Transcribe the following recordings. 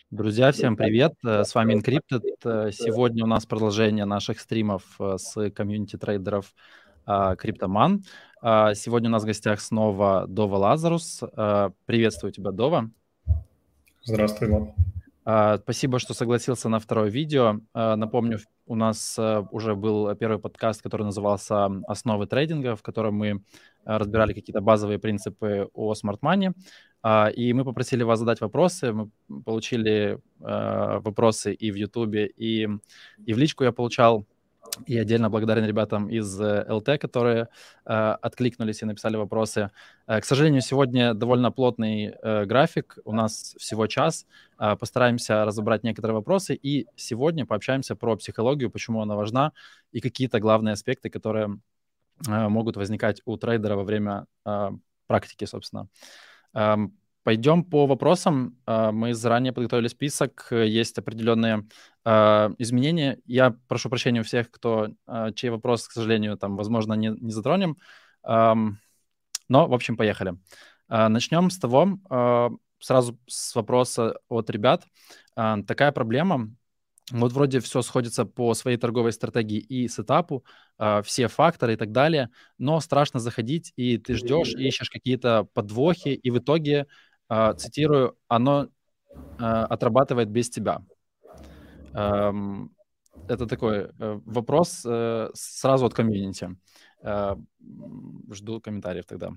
Друзья, всем привет! С вами Encrypted. Сегодня у нас продолжение наших стримов с комьюнити трейдеров Криптоман. Сегодня у нас в гостях снова Дова Лазарус. Приветствую тебя, Дова. Здравствуй, Влад. Спасибо, что согласился на второе видео. Напомню, у нас уже был первый подкаст, который назывался «Основы трейдинга», в котором мы разбирали какие-то базовые принципы о смарт-мани. И мы попросили вас задать вопросы. Мы получили вопросы и в Ютубе, и в личку я получал. И отдельно благодарен ребятам из ЛТ, которые откликнулись и написали вопросы. К сожалению, сегодня довольно плотный график. У нас всего час. Постараемся разобрать некоторые вопросы. И сегодня пообщаемся про психологию, почему она важна, и какие-то главные аспекты, которые могут возникать у трейдера во время практики, собственно. Пойдем по вопросам. Мы заранее подготовили список. Есть определенные изменения. Я прошу прощения у всех, чей вопрос, к сожалению, там, возможно, не затронем. Но, в общем, поехали. Начнем с того, сразу с вопроса от ребят. Такая проблема. Вот вроде все сходится по своей торговой стратегии и сетапу, все факторы и так далее, но страшно заходить, и ты ждешь, ищешь какие-то подвохи, и в итоге, цитирую, оно отрабатывает без тебя. Это такой вопрос сразу от комьюнити. Жду комментариев тогда.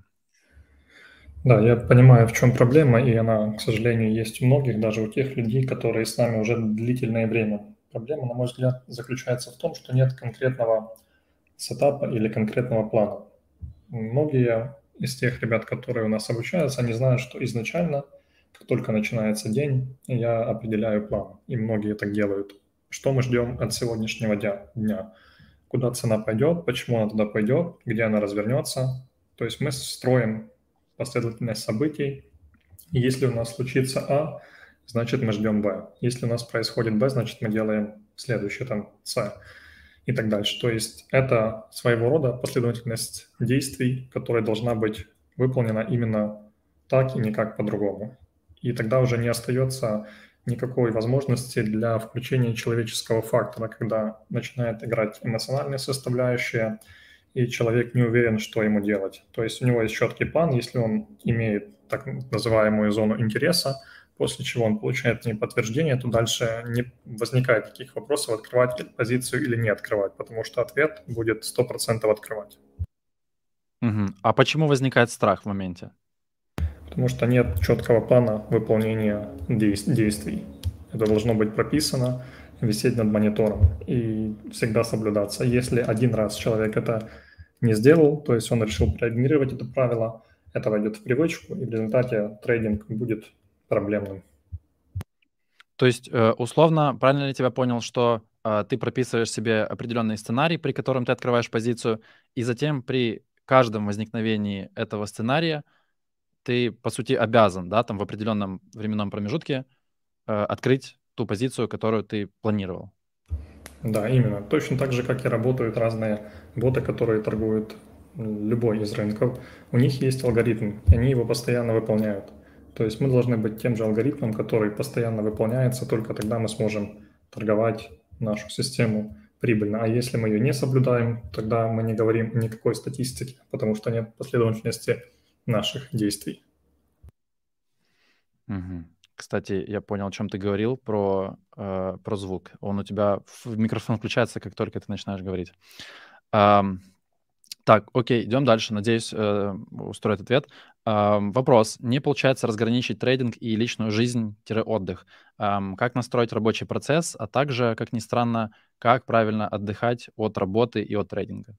Да, я понимаю, в чем проблема, и она, к сожалению, есть у многих, даже у тех людей, которые с нами уже длительное время. Проблема, на мой взгляд, заключается в том, что нет конкретного сетапа или конкретного плана. Многие из тех ребят, которые у нас обучаются, они знают, что изначально, как только начинается день, я определяю план, и многие так делают. Что мы ждем от сегодняшнего дня? Куда цена пойдет, почему она туда пойдет, где она развернется. То есть мы строим последовательность событий. И если у нас случится А, значит мы ждем Б. Если у нас происходит Б, значит мы делаем следующее, там, С и так дальше. То есть это своего рода последовательность действий, которая должна быть выполнена именно так и никак по-другому. И тогда уже не остается никакой возможности для включения человеческого фактора, когда начинает играть эмоциональная составляющая, и человек не уверен, что ему делать. То есть у него есть четкий план, если он имеет так называемую зону интереса, после чего он получает не подтверждение, то дальше не возникает таких вопросов, открывать позицию или не открывать, потому что ответ будет 100% открывать. А почему возникает страх в моменте? Потому что нет четкого плана выполнения действий. Это должно быть прописано, висеть над монитором и всегда соблюдаться. Если один раз человек это не сделал, то есть он решил проигнорировать это правило, это войдет в привычку, и в результате трейдинг будет проблемным. То есть, условно, правильно ли я тебя понял, что ты прописываешь себе определенный сценарий, при котором ты открываешь позицию, и затем при каждом возникновении этого сценария ты, по сути, обязан, да, там в определенном временном промежутке открыть ту позицию, которую ты планировал? Да, именно. Точно так же, как и работают разные боты, которые торгуют любой из рынков. У них есть алгоритм, и они его постоянно выполняют. То есть мы должны быть тем же алгоритмом, который постоянно выполняется, только тогда мы сможем торговать нашу систему прибыльно. А если мы ее не соблюдаем, тогда мы не говорим никакой статистики, потому что нет последовательности наших действий. Кстати, я понял, о чем ты говорил про звук. Он у тебя микрофон включается, как только ты начинаешь говорить. Так, окей, идем дальше. Надеюсь, устроит ответ. Вопрос. Не получается разграничить трейдинг и личную жизнь-отдых. Как настроить рабочий процесс, а также, как ни странно, как правильно отдыхать от работы и от трейдинга?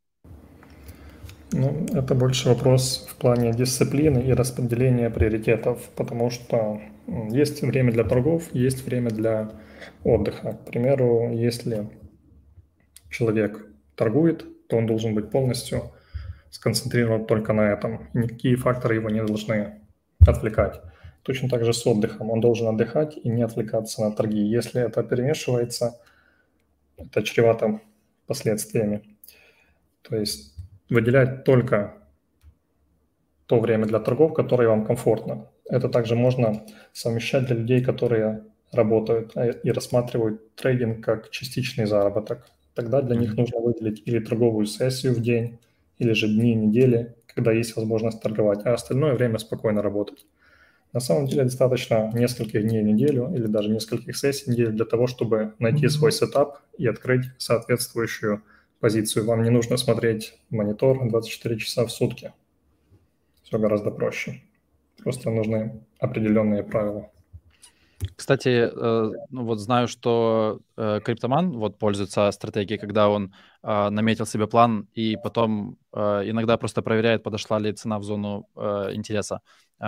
Ну, это больше вопрос в плане дисциплины и распределения приоритетов, потому что есть время для торгов, есть время для отдыха. К примеру, если человек торгует, то он должен быть полностью сконцентрирован только на этом. Никакие факторы его не должны отвлекать. Точно так же с отдыхом. Он должен отдыхать и не отвлекаться на торги. Если это перемешивается, это чревато последствиями. То есть выделять только то время для торгов, которое вам комфортно. Это также можно совмещать для людей, которые работают и рассматривают трейдинг как частичный заработок, тогда для них нужно выделить или торговую сессию в день, или же дни, недели, когда есть возможность торговать, а остальное время спокойно работать. На самом деле достаточно нескольких дней в неделю или даже нескольких сессий в неделю для того, чтобы найти свой сетап и открыть соответствующую позицию. Вам не нужно смотреть монитор 24 часа в сутки. Все гораздо проще. Просто нужны определенные правила. Кстати, ну вот знаю, что Криптоман вот пользуется стратегией, когда он наметил себе план и потом иногда просто проверяет, подошла ли цена в зону интереса.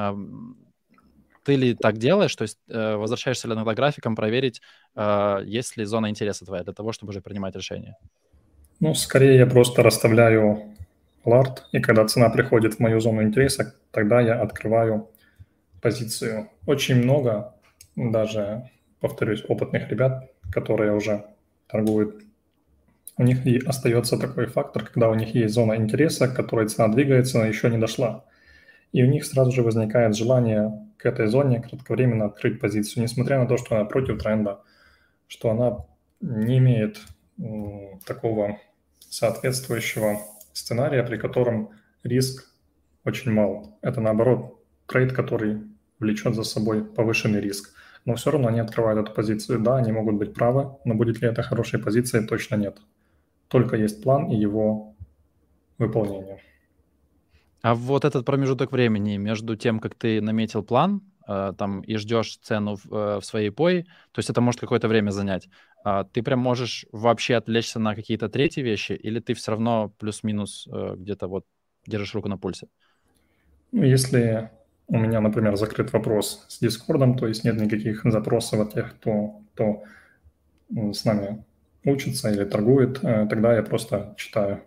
Ты ли так делаешь? То есть возвращаешься ли иногда графиком проверить, есть ли зона интереса твоя для того, чтобы уже принимать решение? Ну, скорее я просто расставляю аларт, и когда цена приходит в мою зону интереса, тогда я открываю позицию. Очень много, даже, повторюсь, опытных ребят, которые уже торгуют, у них и остается такой фактор, когда у них есть зона интереса, к которой цена двигается, но еще не дошла. И у них сразу же возникает желание к этой зоне кратковременно открыть позицию, несмотря на то, что она против тренда, что она не имеет такого соответствующего сценария, при котором риск очень мал. Это, наоборот, трейд, который влечет за собой повышенный риск. Но все равно они открывают эту позицию. Да, они могут быть правы, но будет ли это хорошей позицией, точно нет. Только есть план и его выполнение. А вот этот промежуток времени между тем, как ты наметил план, там, и ждешь цену в своей POI, то есть это может какое-то время занять. Ты прям можешь вообще отвлечься на какие-то третьи вещи, или ты все равно плюс-минус где-то вот держишь руку на пульсе? Ну, если у меня, например, закрыт вопрос с Дискордом, то есть нет никаких запросов от тех, кто с нами учится или торгует, тогда я просто читаю.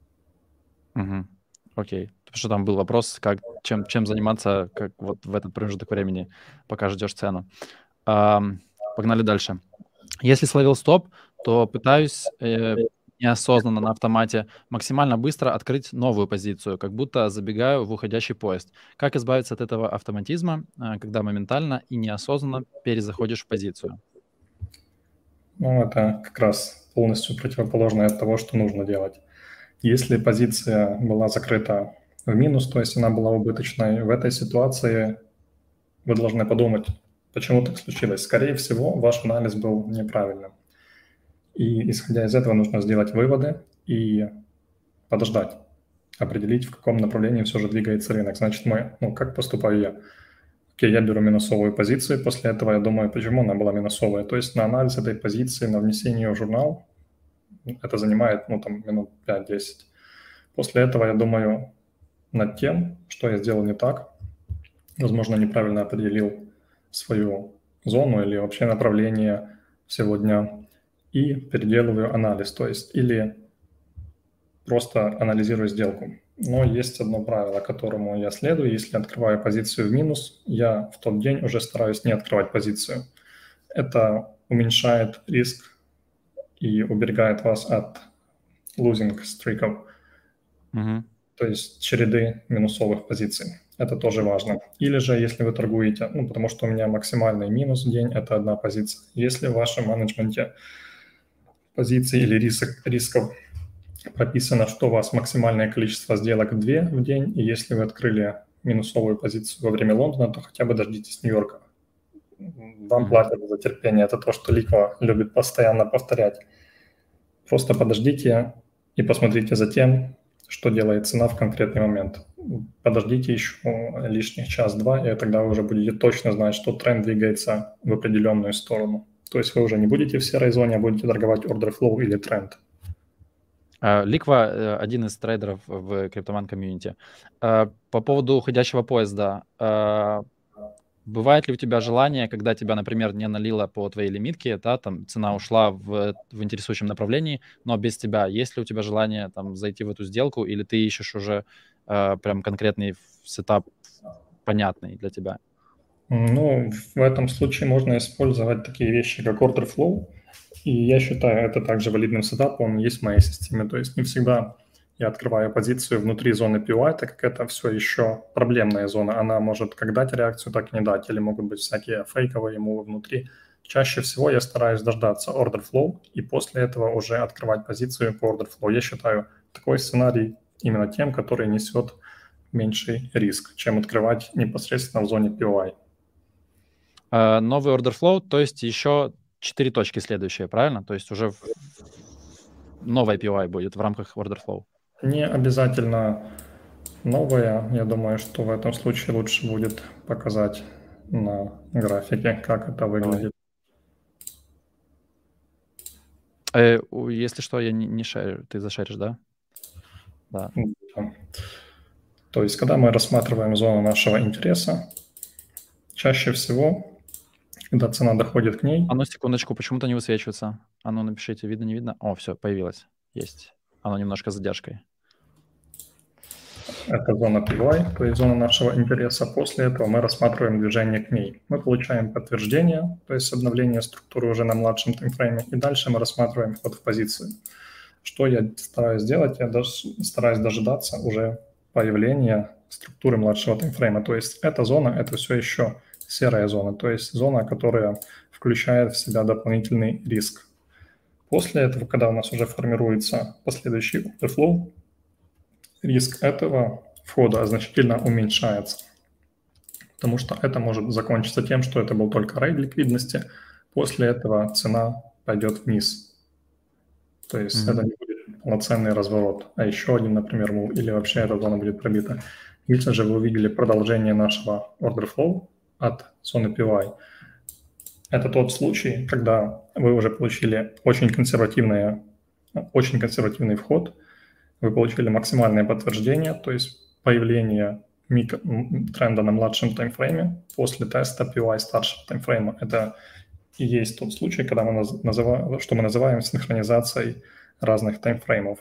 Угу. Окей. Потому что там был вопрос, чем заниматься как вот в этот промежуток времени, пока ждешь цену. Погнали дальше. Если словил стоп, то пытаюсь неосознанно на автомате максимально быстро открыть новую позицию, как будто забегаю в уходящий поезд. Как избавиться от этого автоматизма, когда моментально и неосознанно перезаходишь в позицию? Ну, это как раз полностью противоположное от того, что нужно делать. Если позиция была закрыта в минус, то есть она была убыточной, в этой ситуации вы должны подумать, почему так случилось. Скорее всего, ваш анализ был неправильным. И исходя из этого нужно сделать выводы и подождать, определить, в каком направлении все же двигается рынок. Значит, как поступаю я? Окей, я беру минусовую позицию, после этого я думаю, почему она была минусовая. То есть на анализ этой позиции, на внесение ее в журнал, это занимает, минут 5-10. После этого я думаю над тем, что я сделал не так. Возможно, неправильно определил свою зону или вообще направление всего дня. И переделываю анализ, то есть или просто анализирую сделку. Но есть одно правило, которому я следую. Если открываю позицию в минус, я в тот день уже стараюсь не открывать позицию. Это уменьшает риск и уберегает вас от losing стриков, то есть череды минусовых позиций. Это тоже важно. Или же, если вы торгуете, потому что у меня максимальный минус в день – это одна позиция. Если в вашем менеджменте позиций или рисков прописано, что у вас максимальное количество сделок 2 в день, и если вы открыли минусовую позицию во время Лондона, то хотя бы дождитесь Нью-Йорка. Вам платят за терпение. Это то, что Ликва любит постоянно повторять. Просто подождите и посмотрите за тем, что делает цена в конкретный момент. Подождите еще лишних час-два, и тогда вы уже будете точно знать, что тренд двигается в определенную сторону. То есть вы уже не будете в серой зоне, а будете торговать order flow или тренд. Ликва один из трейдеров в Криптоман комьюнити. По поводу уходящего поезда. Бывает ли у тебя желание, когда тебя, например, не налило по твоей лимитке, да, там цена ушла в интересующем направлении, но без тебя, есть ли у тебя желание там зайти в эту сделку, или ты ищешь уже прям конкретный сетап понятный для тебя? В этом случае можно использовать такие вещи, как order flow, и я считаю это также валидным сетапом, он есть в моей системе. То есть не всегда я открываю позицию внутри зоны POI, так как это все еще проблемная зона. Она может как дать реакцию, так и не дать, или могут быть всякие фейковые мувы внутри. чаще всего я стараюсь дождаться order flow и после этого уже открывать позицию по order flow. Я считаю такой сценарий именно тем, который несет меньший риск, чем открывать непосредственно в зоне POI. Новый order flow, то есть еще 4 точки следующие, правильно? То есть уже новая POI будет в рамках order flow. Не обязательно новая. Я думаю, что в этом случае лучше будет показать на графике, как это выглядит. Если что, я не шарю. Ты зашаришь, да? Да. То есть, когда мы рассматриваем зону нашего интереса, чаще всего, когда цена доходит к ней... Секундочку, почему-то не высвечивается. Напишите, видно, не видно? О, все, появилось. Есть. Оно немножко с задержкой. Это зона PY, то есть зона нашего интереса. После этого мы рассматриваем движение к ней. Мы получаем подтверждение, то есть обновление структуры уже на младшем таймфрейме, и дальше мы рассматриваем вход в позицию. Что я стараюсь делать? Я стараюсь дожидаться уже появления структуры младшего таймфрейма. То есть эта зона – это все еще серая зона, то есть зона, которая включает в себя дополнительный риск. После этого, когда у нас уже формируется последующий order flow, риск этого входа значительно уменьшается, потому что это может закончиться тем, что это был только рейд ликвидности, после этого цена пойдет вниз. То есть это не будет полноценный разворот, а еще один, например, мув, или вообще эта зона будет пробита. Если же вы увидели продолжение нашего order flow от зоны PY, это тот случай, когда вы уже получили очень консервативный вход, вы получили максимальное подтверждение, то есть появление тренда на младшем таймфрейме после теста PY старшего таймфрейма. Это и есть тот случай, когда мы называем синхронизацией разных таймфреймов.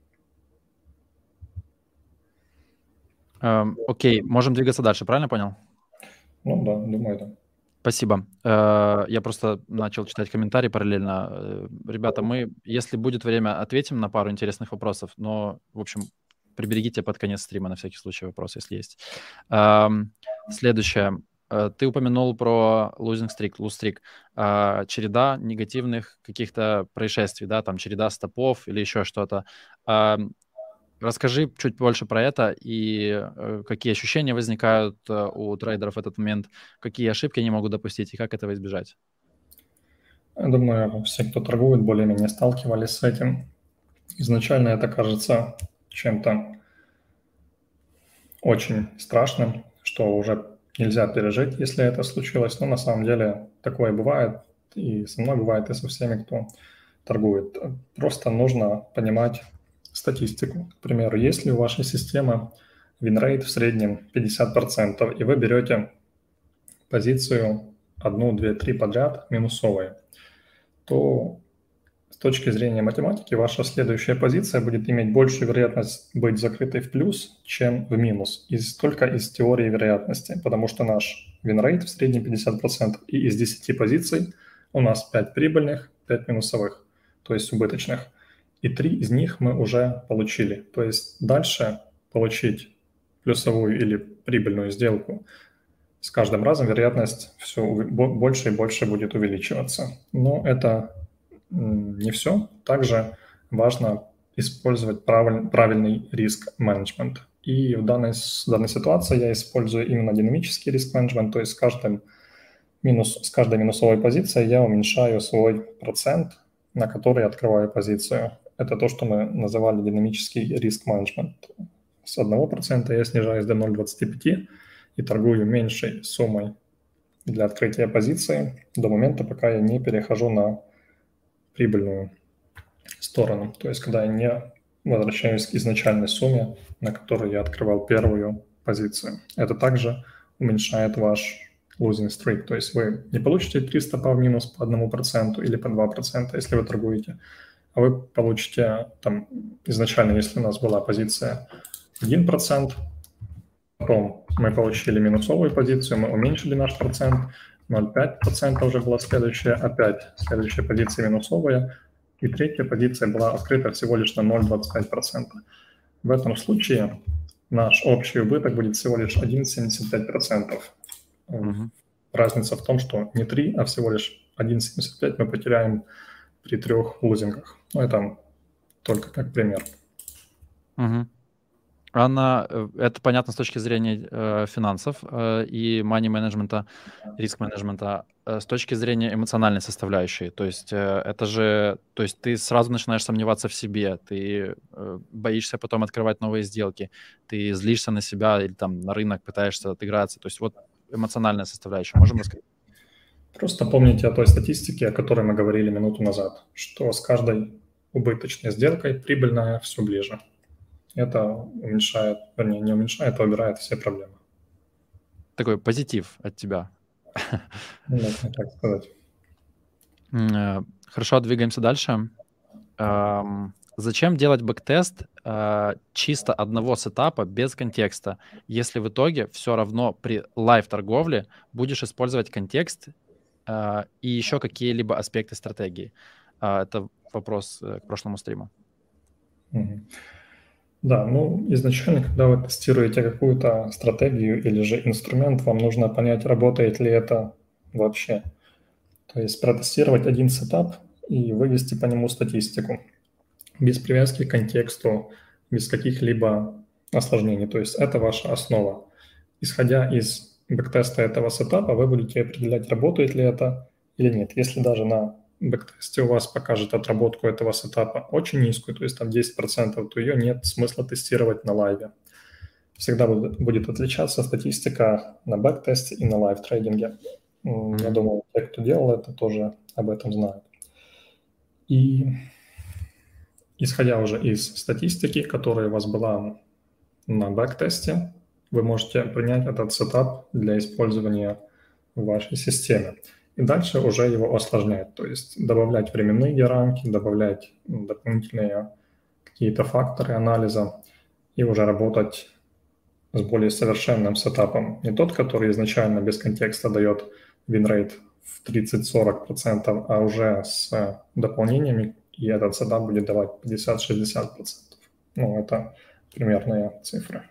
Окей, можем двигаться дальше, правильно понял? Ну да, думаю, да. Спасибо. Я просто начал читать комментарии параллельно. Ребята, мы, если будет время, ответим на пару интересных вопросов, но, в общем, приберегите под конец стрима на всякий случай вопрос, если есть. Следующее. Ты упомянул про lose streak, череда негативных каких-то происшествий, да, там череда стопов или еще что-то. Расскажи чуть больше про это и какие ощущения возникают у трейдеров в этот момент, какие ошибки они могут допустить и как этого избежать. Я думаю, все, кто торгует, более-менее сталкивались с этим. Изначально это кажется чем-то очень страшным, что уже нельзя пережить, если это случилось. Но на самом деле такое бывает, и со мной бывает, и со всеми, кто торгует. Просто нужно понимать статистику. К примеру, если у вашей системы win-rate в среднем 50%, и вы берете позицию 1, 2, 3 подряд минусовые, то с точки зрения математики ваша следующая позиция будет иметь большую вероятность быть закрытой в плюс, чем в минус. Только из теории вероятности, потому что наш win-rate в среднем 50%, и из 10 позиций у нас 5 прибыльных, 5 минусовых, то есть убыточных. И 3 из них мы уже получили. То есть дальше получить плюсовую или прибыльную сделку с каждым разом вероятность все больше и больше будет увеличиваться. Но это не все. Также важно использовать правильный риск-менеджмент. И в данной ситуации я использую именно динамический риск-менеджмент, то есть с каждой минусовой позицией я уменьшаю свой процент, на который открываю позицию. Это то, что мы называли динамический риск-менеджмент. С 1% я снижаюсь до 0,25 и торгую меньшей суммой для открытия позиции до момента, пока я не перехожу на прибыльную сторону. То есть когда я не возвращаюсь к изначальной сумме, на которой я открывал первую позицию. Это также уменьшает ваш losing streak. То есть вы не получите 300 по минус по 1% или по 2%, если вы торгуете, а вы получите там изначально, если у нас была позиция 1%, потом мы получили минусовую позицию, мы уменьшили наш процент, 0,5% уже была следующая, опять следующая позиция минусовая, и третья позиция была открыта всего лишь на 0,25%. В этом случае наш общий убыток будет всего лишь 1,75%. Разница в том, что не 3, а всего лишь 1,75 мы потеряем при 3 лузингах. Ну, это только как пример. Мгм. Это понятно с точки зрения финансов и money-менеджмента, риск-менеджмента. С точки зрения эмоциональной составляющей, то есть это же, то есть ты сразу начинаешь сомневаться в себе, ты боишься потом открывать новые сделки, ты злишься на себя или там на рынок пытаешься отыграться. То есть вот эмоциональная составляющая. Можем рассказать? Просто помните о той статистике, о которой мы говорили минуту назад, что с каждой убыточной сделкой прибыльная все ближе. Это уменьшает, вернее, не уменьшает, а убирает все проблемы. Такой позитив от тебя. Можно так сказать. Хорошо, двигаемся дальше. Зачем делать бэктест чисто одного сетапа без контекста, если в итоге все равно при лайв-торговле будешь использовать контекст и еще какие-либо аспекты стратегии? Это вопрос к прошлому стриму. Мгм. Да, ну изначально, когда вы тестируете какую-то стратегию или же инструмент, вам нужно понять, работает ли это вообще. То есть протестировать один сетап и вывести по нему статистику без привязки к контексту, без каких-либо осложнений. То есть это ваша основа. Исходя из бэктеста этого сетапа, вы будете определять, работает ли это или нет. Если даже на бэктесте у вас покажет отработку этого сетапа очень низкую, то есть там 10%, то ее нет смысла тестировать на лайве. Всегда будет отличаться статистика на бэктесте и на лайв-трейдинге. Я думаю, те, кто делал это, тоже об этом знают. И исходя уже из статистики, которая у вас была на бэктесте, вы можете принять этот сетап для использования в вашей системе. И дальше уже его осложнять, то есть добавлять временные рамки, добавлять дополнительные какие-то факторы анализа и уже работать с более совершенным сетапом. Не тот, который изначально без контекста дает винрейт в 30-40%, а уже с дополнениями, и этот сетап будет давать 50-60%. Ну, это примерные цифры.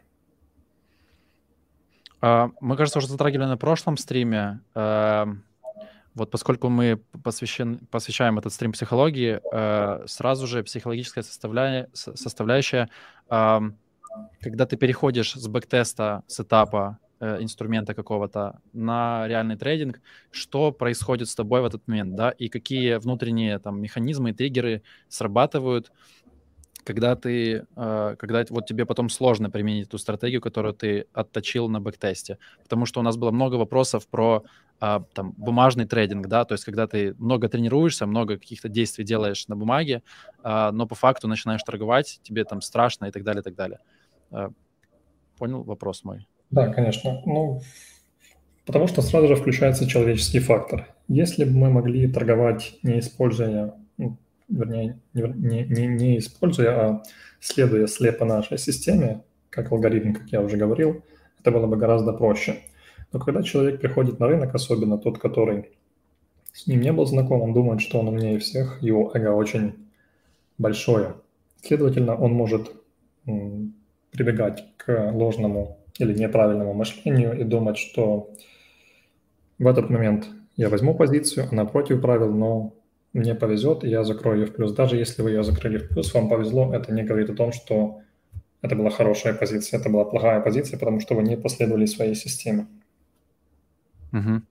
Мы, кажется, уже затрагивали на прошлом стриме. Вот поскольку мы посвящаем этот стрим психологии, сразу же психологическая составляющая, когда ты переходишь с бэктеста, сетапа, инструмента какого-то на реальный трейдинг, что происходит с тобой в этот момент, да, и какие внутренние там механизмы и триггеры срабатывают, когда вот тебе потом сложно применить ту стратегию, которую ты отточил на бэктесте. Потому что у нас было много вопросов про там бумажный трейдинг, да, то есть когда ты много тренируешься, много каких-то действий делаешь на бумаге, но по факту начинаешь торговать, тебе там страшно и так далее, и так далее. Понял вопрос мой? Да, конечно. Ну, потому что сразу же включается человеческий фактор. Если бы мы могли торговать, не используя, вернее, не используя, а следуя слепо нашей системе, как алгоритм, как я уже говорил, это было бы гораздо проще. Но когда человек приходит на рынок, особенно тот, который с ним не был знаком, он думает, что он умнее всех, его эго очень большое. Следовательно, он может прибегать к ложному или неправильному мышлению и думать, что в этот момент я возьму позицию, она против правил, но мне повезет, и я закрою ее в плюс. Даже если вы ее закрыли в плюс, вам повезло, это не говорит о том, что это была хорошая позиция, это была плохая позиция, потому что вы не последовали своей системе. Угу.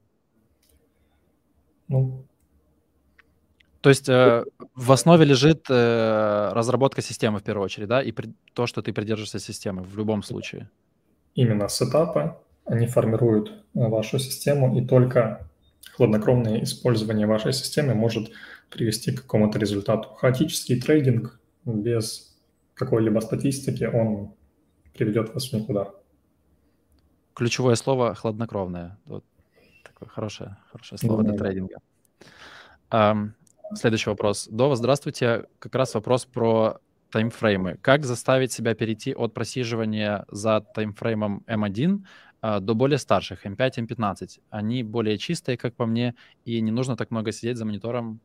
Ну, То есть в основе лежит разработка системы в первую очередь, да, и то, что ты придерживаешься системы в любом случае. именно сетапы, они формируют вашу систему, и только хладнокровное использование вашей системы может привести к какому-то результату. Хаотический трейдинг без какой-либо статистики, он приведет вас в никуда. Ключевое слово хладнокровное. Вот такое хорошее слово для трейдинга. Следующий вопрос. Дова, здравствуйте. Как раз вопрос про таймфреймы. Как заставить себя перейти от просиживания за таймфреймом M1 до более старших, M5, M15? Они более чистые, как по мне, и не нужно так много сидеть за монитором.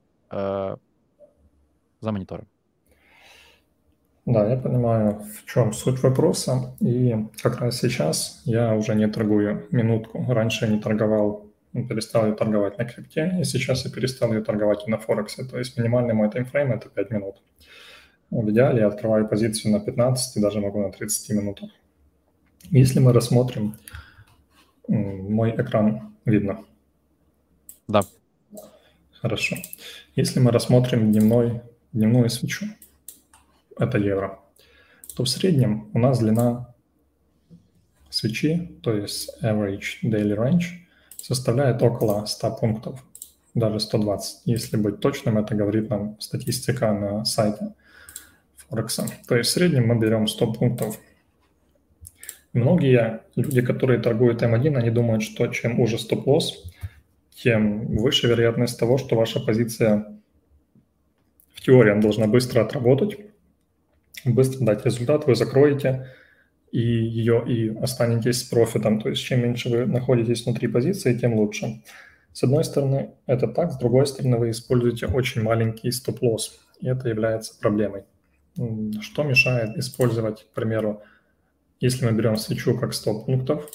Да, я понимаю, в чем суть вопроса. И как раз сейчас я уже не торгую минутку. Раньше я не торговал перестал ее торговать на крипте, и сейчас я перестал ее торговать и на Форексе. То есть минимальный мой таймфрейм – это 5 минут. В идеале я открываю позицию на 15 и даже могу на 30 минутах. Если мы рассмотрим мой экран, видно? Да. Хорошо. Если мы рассмотрим дневную свечу, это евро, то в среднем у нас длина свечи, то есть average daily range, составляет около 100 пунктов, даже 120. Если быть точным, это говорит нам статистика на сайте Форекса. То есть в среднем мы берем 100 пунктов. Многие люди, которые торгуют М1, они думают, что чем уже стоп-лосс, тем выше вероятность того, что ваша позиция в теории должна быстро отработать, быстро дать результат, вы закроете и останетесь с профитом. То есть чем меньше вы находитесь внутри позиции, тем лучше. С одной стороны, это так, с другой стороны, вы используете очень маленький стоп-лосс, и это является проблемой. Что мешает использовать, к примеру, если мы берем свечу как 100 пунктов,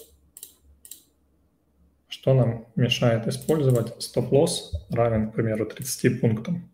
что нам мешает использовать стоп-лосс равен, к примеру, 30 пунктам?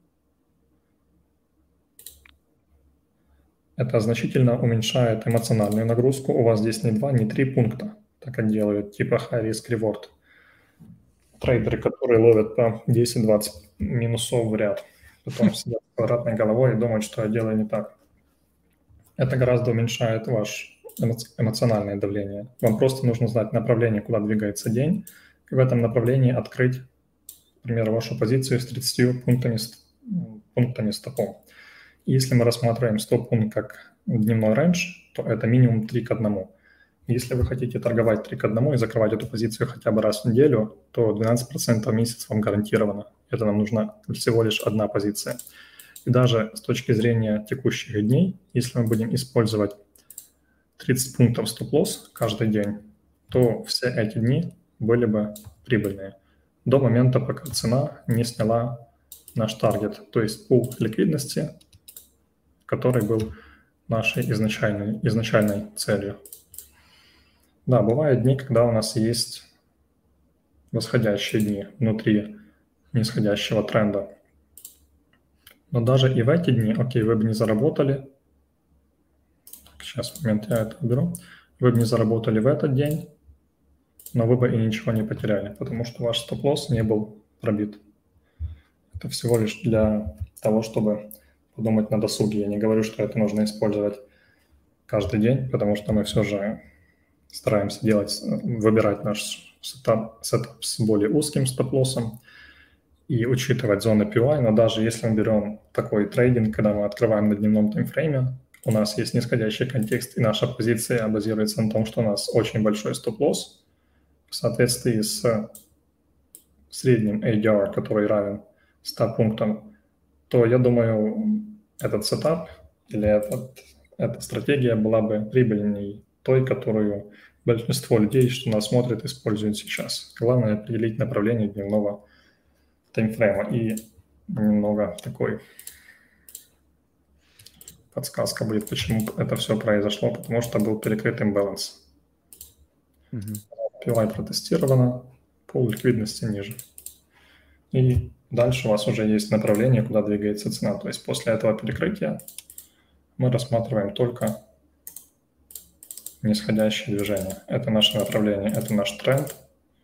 Это значительно уменьшает эмоциональную нагрузку. У вас здесь не 2, не 3 пункта, так как делают типа high risk reward. Трейдеры, которые ловят по 10-20 минусов в ряд, потом сидят с квадратной головой и думают, что я делаю не так. Это гораздо уменьшает ваше эмоциональное давление. Вам просто нужно знать направление, куда двигается день, и в этом направлении открыть, к примеру, вашу позицию с 30 пунктами стопом. Если мы рассматриваем стоп-пункт как дневной рейндж, то это минимум 3 к 1. Если вы хотите торговать 3 к 1 и закрывать эту позицию хотя бы раз в неделю, то 12% в месяц вам гарантировано. Это нам нужна всего лишь одна позиция. И даже с точки зрения текущих дней, если мы будем использовать 30 пунктов стоп-лосс каждый день, то все эти дни были бы прибыльные до момента, пока цена не сняла наш таргет, то есть пул ликвидности, который был нашей изначальной целью. Да, бывают дни, когда у нас есть восходящие дни внутри нисходящего тренда. Но даже и в эти дни, окей, вы бы не заработали. Сейчас, момент, я это уберу. Вы бы не заработали в этот день, но вы бы и ничего не потеряли, потому что ваш стоп-лосс не был пробит. Это всего лишь для того, чтобы подумать на досуге. Я не говорю, что это нужно использовать каждый день, потому что мы все же стараемся выбирать наш сетап с более узким стоп-лоссом и учитывать зоны PY, но даже если мы берем такой трейдинг, когда мы открываем на дневном таймфрейме, у нас есть нисходящий контекст, и наша позиция базируется на том, что у нас очень большой стоп-лосс в соответствии с средним ADR, который равен 100 пунктам, то, я думаю, этот сетап или эта стратегия была бы прибыльней той, которую большинство людей, что нас смотрит, используют сейчас. Главное определить направление дневного таймфрейма. И немного такой подсказка будет, почему это все произошло, потому что был перекрыт имбаланс. PY протестировано, пул ликвидности ниже. И дальше у вас уже есть направление, куда двигается цена. То есть после этого перекрытия мы рассматриваем только нисходящее движение. Это наше направление, это наш тренд.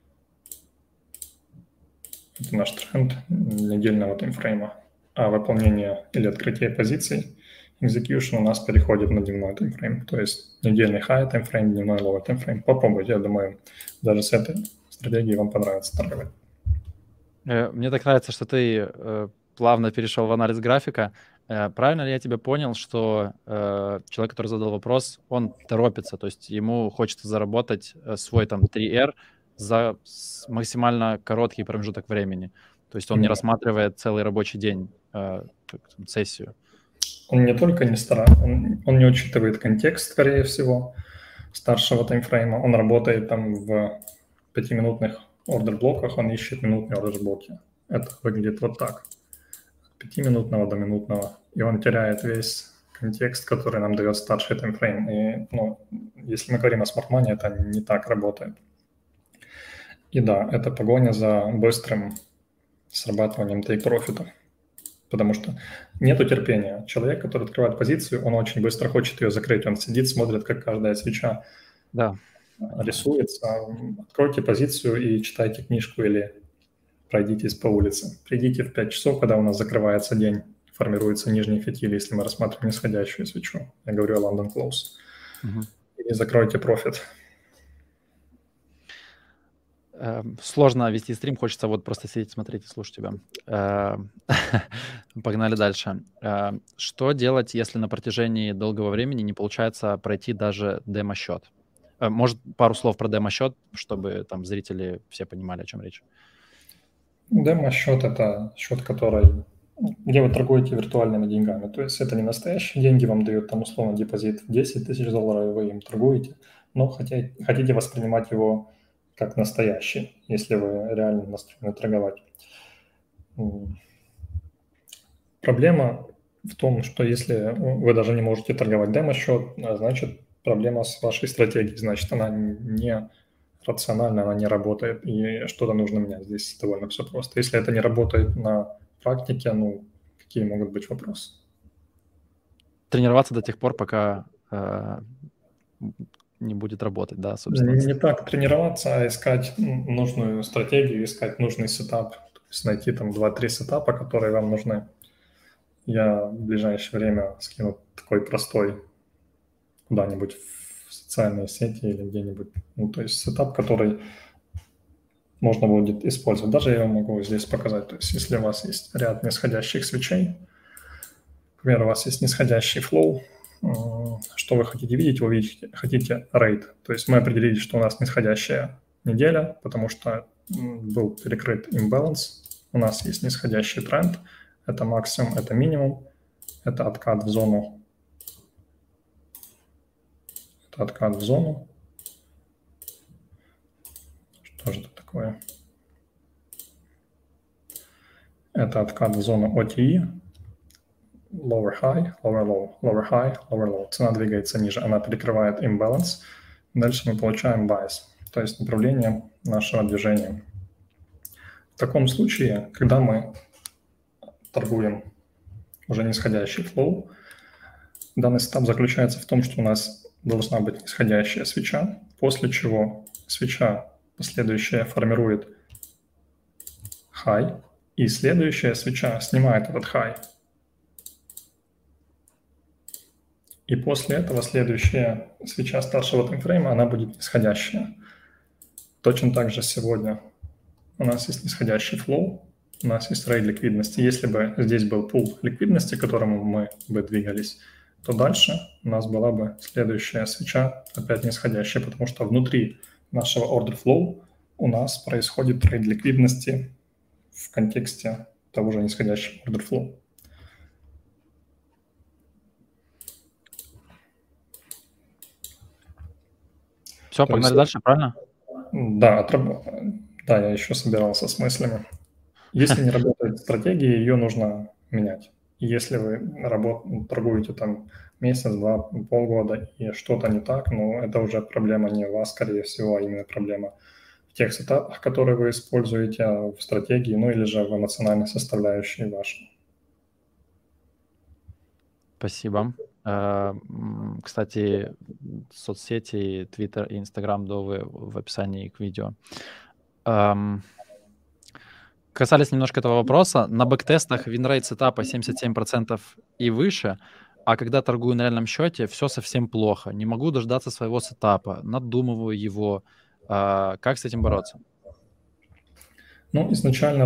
Это наш тренд недельного таймфрейма. А выполнение или открытие позиций, execution у нас переходит на дневной таймфрейм. То есть недельный high таймфрейм, дневной low таймфрейм. Попробуйте, я думаю, даже с этой стратегией вам понравится торговать. Мне так нравится, что ты плавно перешел в анализ графика. Правильно ли я тебя понял, что человек, который задал вопрос, он торопится, то есть ему хочется заработать свой там 3R за максимально короткий промежуток времени? То есть он не рассматривает целый рабочий день, сессию. Он не только не он не учитывает контекст, скорее всего, старшего таймфрейма. Он работает там в 5-минутных ордер-блоках, он ищет минутные ордер-блоки. Это выглядит вот так. От 5-минутного до минутного. И он теряет весь контекст, который нам дает старший таймфрейм. И, если мы говорим о смарт-мани, это не так работает. И да, это погоня за быстрым срабатыванием тейк-профита, потому что нету терпения. Человек, который открывает позицию, он очень быстро хочет ее закрыть. Он сидит, смотрит, как каждая свеча рисуется. Откройте позицию и читайте книжку или пройдитесь по улице. Придите в 5 часов, когда у нас закрывается день, формируется нижний фитиль, если мы рассматриваем нисходящую свечу. Я говорю о London Close. И закройте профит. Сложно вести стрим, хочется вот просто сидеть, смотреть и слушать тебя. Погнали дальше. Что делать, если на протяжении долгого времени не получается пройти даже демо-счет? Может, пару слов про демо-счет, чтобы там зрители все понимали, о чем речь? Демо-счет – это счет, где вы торгуете виртуальными деньгами. То есть это не настоящие деньги, вам дают там условно депозит в 10 тысяч долларов, и вы им торгуете, но хотите воспринимать его как настоящий, если вы реально настроены торговать. Проблема в том, что если вы даже не можете торговать демо-счет, значит, проблема с вашей стратегией, значит, она не рациональна, она не работает, и что-то нужно менять. Здесь довольно все просто. Если это не работает на практике, какие могут быть вопросы? Тренироваться до тех пор, пока не будет работать, да, собственно. Не так тренироваться, а искать нужную стратегию, искать нужный сетап, то есть найти там 2-3 сетапа, которые вам нужны. Я в ближайшее время скину такой простой куда-нибудь в социальные сети или где-нибудь. То есть сетап, который можно будет использовать. Даже я могу здесь показать. То есть если у вас есть ряд нисходящих свечей, например, у вас есть нисходящий флоу, что вы хотите видеть? Вы хотите рейд. То есть мы определили, что у нас нисходящая неделя, потому что был перекрыт имбаланс. У нас есть нисходящий тренд. Это максимум, это минимум. Это откат в зону. Это откат в зону. Что же это такое? Это откат в зону OTE. Lower high, lower low, lower high, lower low. Цена двигается ниже, она перекрывает имбаланс. Дальше мы получаем bias, то есть направление нашего движения. В таком случае, когда мы торгуем уже нисходящий флоу, данный сетап заключается в том, что у нас должна быть нисходящая свеча, после чего свеча последующая формирует high, и следующая свеча снимает этот high. И после этого следующая свеча старшего таймфрейма, она будет нисходящая. Точно так же сегодня у нас есть нисходящий флоу, у нас есть рейд ликвидности. Если бы здесь был пул ликвидности, к которому мы бы двигались, то дальше у нас была бы следующая свеча опять нисходящая, потому что внутри нашего order flow у нас происходит рейд ликвидности в контексте того же нисходящего order flow. Все, погнали дальше, правильно? Да, я еще собирался с мыслями. Если не работает стратегия, ее нужно менять. Если вы торгуете там месяц, два, полгода, и что-то не так, это уже проблема не у вас, скорее всего, а именно проблема в тех сетапах, которые вы используете, в стратегии, или же в эмоциональной составляющей вашей. Спасибо. Кстати, соцсети, Twitter и Instagram Довы в описании к видео. Касались немножко этого вопроса. На бэктестах винрейт сетапа 77% и выше, а когда торгую на реальном счете, все совсем плохо. Не могу дождаться своего сетапа, надумываю его. Как с этим бороться? Изначально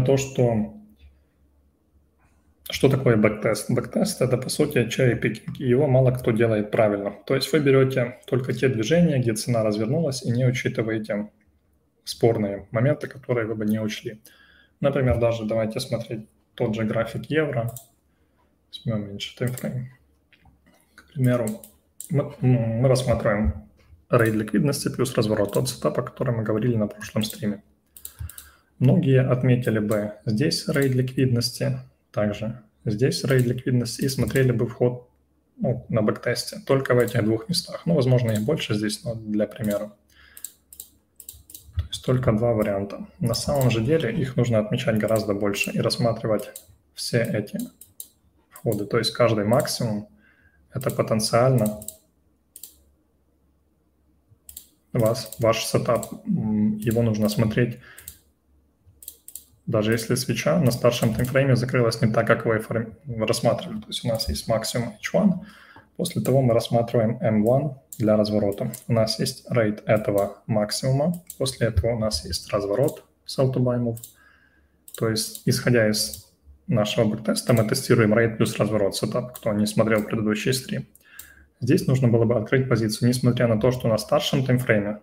что такое бэктест? Бэктест – это, по сути, cherry-picking, и его мало кто делает правильно. То есть вы берете только те движения, где цена развернулась, и не учитываете спорные моменты, которые вы бы не учли. Например, даже давайте смотреть тот же график евро. Возьмем меньше таймфрейм. К примеру, мы рассматриваем рейд ликвидности плюс разворот, тот сетап, о котором мы говорили на прошлом стриме. Многие отметили бы здесь рейд ликвидности, также здесь рейд ликвидности, и смотрели бы вход на бэктесте только в этих двух местах. Возможно, их больше здесь, но для примера. То есть только два варианта. На самом же деле их нужно отмечать гораздо больше и рассматривать все эти входы. То есть каждый максимум – это потенциально ваш сетап. Его нужно смотреть, даже если свеча на старшем таймфрейме закрылась не так, как вы рассматривали. То есть у нас есть максимум H1, после того мы рассматриваем M1 для разворота. У нас есть рейт этого максимума, после этого у нас есть разворот sell to buy move. То есть, исходя из нашего бэктеста, мы тестируем рейт плюс разворот сетап, кто не смотрел предыдущий стрим. Здесь нужно было бы открыть позицию, несмотря на то, что на старшем таймфрейме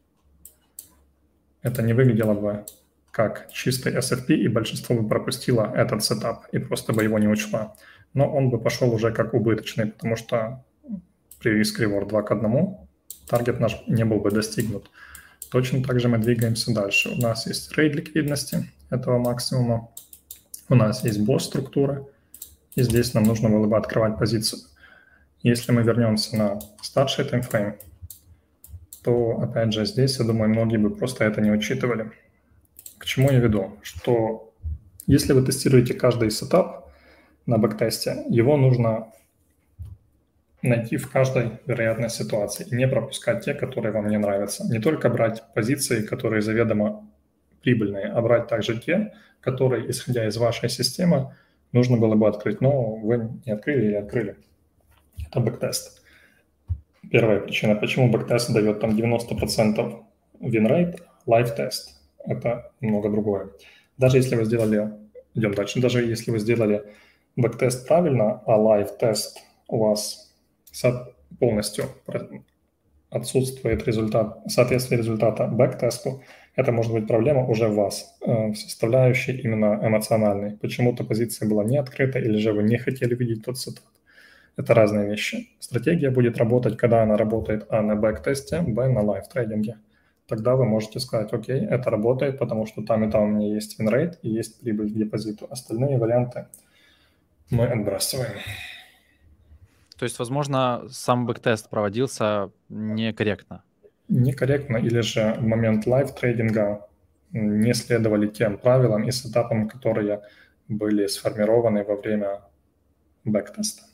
это не выглядело бы как чистый SFP, и большинство бы пропустило этот сетап и просто бы его не учла. Но он бы пошел уже как убыточный, потому что при risk-reward 2 к 1 таргет наш не был бы достигнут. Точно так же мы двигаемся дальше. У нас есть рейд ликвидности этого максимума, у нас есть босс-структура, и здесь нам нужно было бы открывать позицию. Если мы вернемся на старший таймфрейм, то, опять же, здесь, я думаю, многие бы просто это не учитывали. К чему я веду? Что если вы тестируете каждый сетап на бэктесте, его нужно найти в каждой вероятной ситуации и не пропускать те, которые вам не нравятся. Не только брать позиции, которые заведомо прибыльные, а брать также те, которые, исходя из вашей системы, нужно было бы открыть, но вы не открыли или открыли. Это бэктест. Первая причина, почему бэктест дает там 90% win rate, live тест. Это много другое. Даже если вы сделали, идем дальше, даже если вы сделали бэктест правильно, а live тест у вас полностью отсутствует соответствие результата бэктесту, это может быть проблема уже в вас, в составляющей именно эмоциональной. Почему-то позиция была не открыта или же вы не хотели видеть тот сетап. Это разные вещи. Стратегия будет работать, когда она работает а на бэктесте, б на лайв-трейдинге. Тогда вы можете сказать, окей, это работает, потому что там и там у меня есть винрейт и есть прибыль к депозиту. Остальные варианты мы отбрасываем. То есть, возможно, сам бэктест проводился некорректно. Некорректно, или же в момент лайв-трейдинга не следовали тем правилам и сетапам, которые были сформированы во время бэктеста.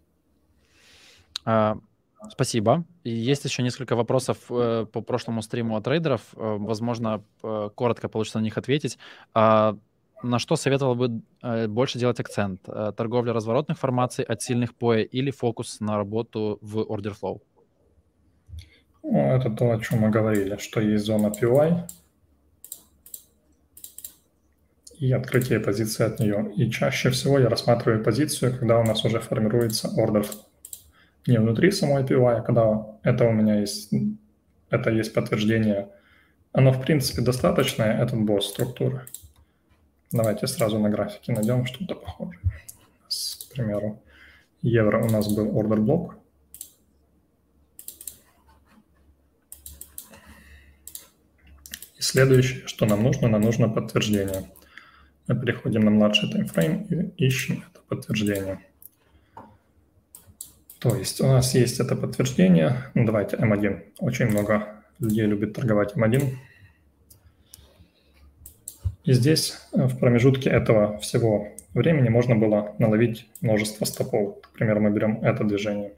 Спасибо. И есть еще несколько вопросов по прошлому стриму от трейдеров. Возможно, коротко получится на них ответить. На что советовал бы больше делать акцент? Торговля разворотных формаций от сильных POE или фокус на работу в order flow? Это то, о чем мы говорили, что есть зона PY и открытие позиции от нее. И чаще всего я рассматриваю позицию, когда у нас уже формируется order flow. Не внутри самой PY, а когда это у меня есть, это есть подтверждение. Оно, в принципе, достаточное, этот босс структуры. Давайте сразу на графике найдем что-то похожее. К примеру, евро у нас был order блок. И следующее, что нам нужно подтверждение. Мы переходим на младший таймфрейм и ищем это подтверждение. То есть у нас есть это подтверждение. Давайте M1. Очень много людей любит торговать M1. И здесь в промежутке этого всего времени можно было наловить множество стопов. Например, мы берем это движение.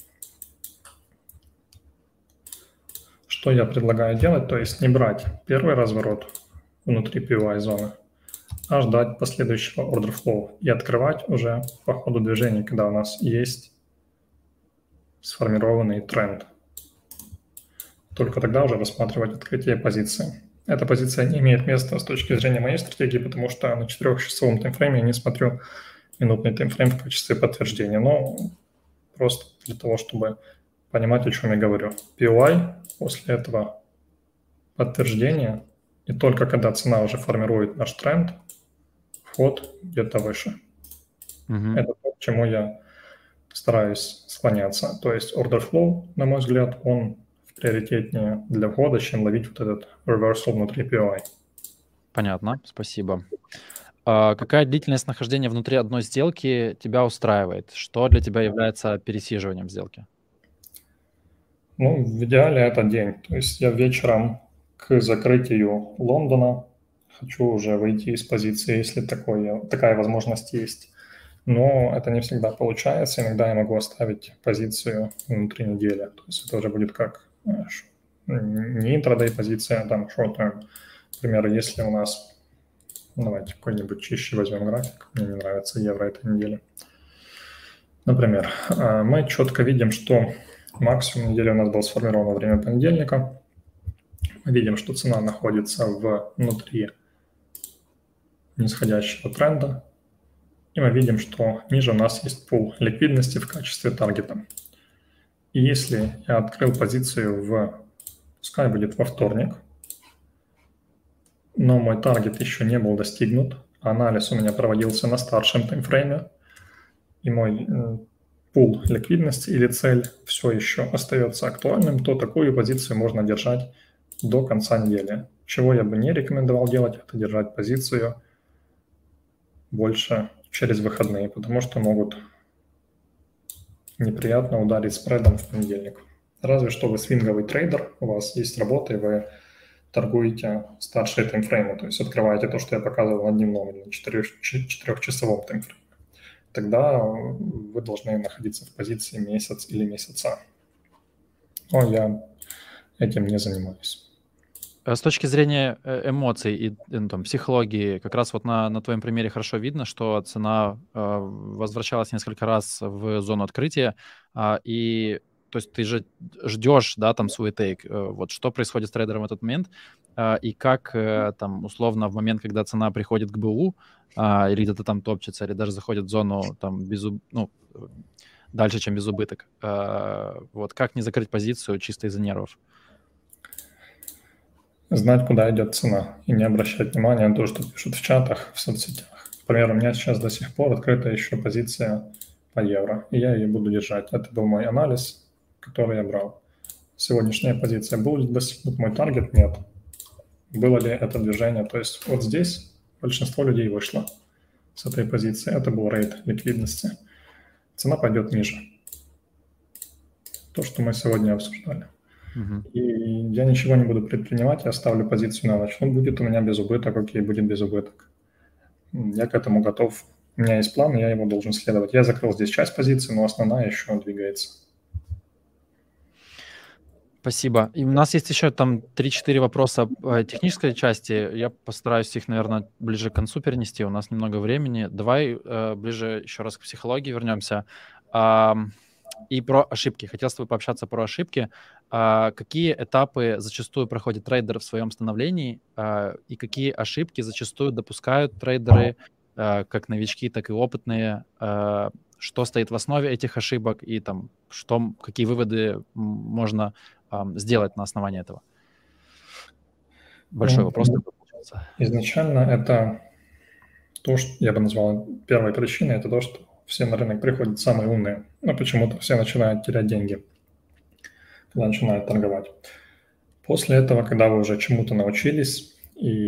Что я предлагаю делать? То есть не брать первый разворот внутри PY зоны, а ждать последующего order flow и открывать уже по ходу движения, когда у нас есть сформированный тренд. Только тогда уже рассматривать открытие позиции. Эта позиция не имеет места с точки зрения моей стратегии, потому что на 4-часовом таймфрейме я не смотрю минутный таймфрейм в качестве подтверждения, но просто для того, чтобы понимать, о чем я говорю. PY после этого подтверждения, и только когда цена уже формирует наш тренд, вход где-то выше. Это то, к чему я стараюсь склоняться. То есть order flow, на мой взгляд, он приоритетнее для входа, чем ловить вот этот reversal внутри POI. Понятно, спасибо. Какая длительность нахождения внутри одной сделки тебя устраивает? Что для тебя является пересиживанием сделки? Ну, в идеале это день. То есть я вечером к закрытию Лондона хочу уже выйти из позиции, если такая возможность есть. Но это не всегда получается. Иногда я могу оставить позицию внутри недели. То есть это уже будет как не интрадей позиция, а там short-term. Например, если у нас, давайте какой-нибудь чище возьмем график, мне не нравится евро этой недели. Например, мы четко видим, что максимум недели у нас был сформирован во время понедельника. Мы видим, что цена находится внутри нисходящего тренда. И мы видим, что ниже у нас есть пул ликвидности в качестве таргета. И если я открыл позицию пускай будет во вторник, но мой таргет еще не был достигнут, анализ у меня проводился на старшем таймфрейме, и мой пул ликвидности или цель все еще остается актуальным, то такую позицию можно держать до конца недели. Чего я бы не рекомендовал делать, это держать позицию больше через выходные, потому что могут неприятно ударить спредом в понедельник. Разве что вы свинговый трейдер, у вас есть работа, и вы торгуете старшие таймфреймы, то есть открываете то, что я показывал на дневном или на 4-часовом таймфрейме. Тогда вы должны находиться в позиции месяц или месяца. Но я этим не занимаюсь. С точки зрения эмоций и там, психологии, как раз вот на твоем примере хорошо видно, что цена возвращалась несколько раз в зону открытия, и то есть ты же ждешь, да, там свой тейк. Вот что происходит с трейдером в этот момент, и как там условно в момент, когда цена приходит к БУ, или где-то там топчется, или даже заходит в зону там дальше, чем без убыток. Вот как не закрыть позицию чисто из-за нервов? Знать, куда идет цена, и не обращать внимания на то, что пишут в чатах, в соцсетях. Например, у меня сейчас до сих пор открыта еще позиция по евро, и я ее буду держать. Это был мой анализ, который я брал. Сегодняшняя позиция. Был ли достигнут мой таргет? Нет. Было ли это движение? То есть вот здесь большинство людей вышло с этой позиции. Это был рейт ликвидности. Цена пойдет ниже. То, что мы сегодня обсуждали. И я ничего не буду предпринимать, я оставлю позицию на ночь. Он будет у меня без убыток, окей, будет без убыток. Я к этому готов. У меня есть план, я его должен следовать. Я закрыл здесь часть позиции, но основная еще двигается. Спасибо. И у нас есть еще там 3-4 вопроса по технической части. Я постараюсь их, наверное, ближе к концу перенести. У нас немного времени. Давай ближе еще раз к психологии вернемся. И про ошибки. Хотел с тобой пообщаться про ошибки. Какие этапы зачастую проходит трейдер в своем становлении, и какие ошибки зачастую допускают трейдеры, как новички, так и опытные? Что стоит в основе этих ошибок и там, какие выводы можно сделать на основании этого? Большой вопрос такой получается. Изначально это то, что я бы назвал первой причиной, это то, что все на рынок приходят самые умные, но почему-то все начинают терять деньги, когда начинают торговать. После этого, когда вы уже чему-то научились,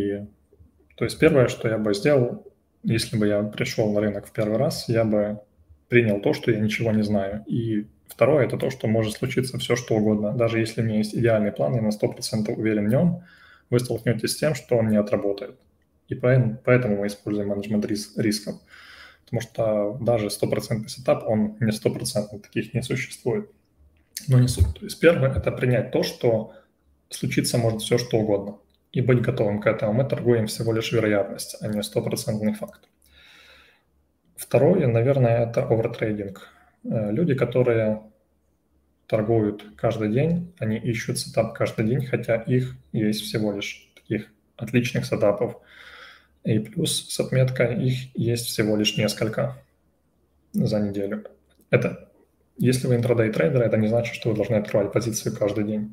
то есть первое, что я бы сделал, если бы я пришел на рынок в первый раз, я бы принял то, что я ничего не знаю. И второе, это то, что может случиться все, что угодно. Даже если у меня есть идеальный план, я на 100% уверен в нем, вы столкнетесь с тем, что он не отработает. И поэтому мы используем менеджмент рисков. Потому что даже 100% сетап, он не 100%, таких не существует. Но не суть. То есть первое – это принять то, что случиться может все, что угодно. И быть готовым к этому. Мы торгуем всего лишь вероятность, а не 100% факт. Второе, наверное, это овертрейдинг. Люди, которые торгуют каждый день, они ищут сетап каждый день, хотя их есть всего лишь таких отличных сетапов. И плюс с отметкой их есть всего лишь несколько за неделю. Если вы интрадей трейдер, это не значит, что вы должны открывать позиции каждый день.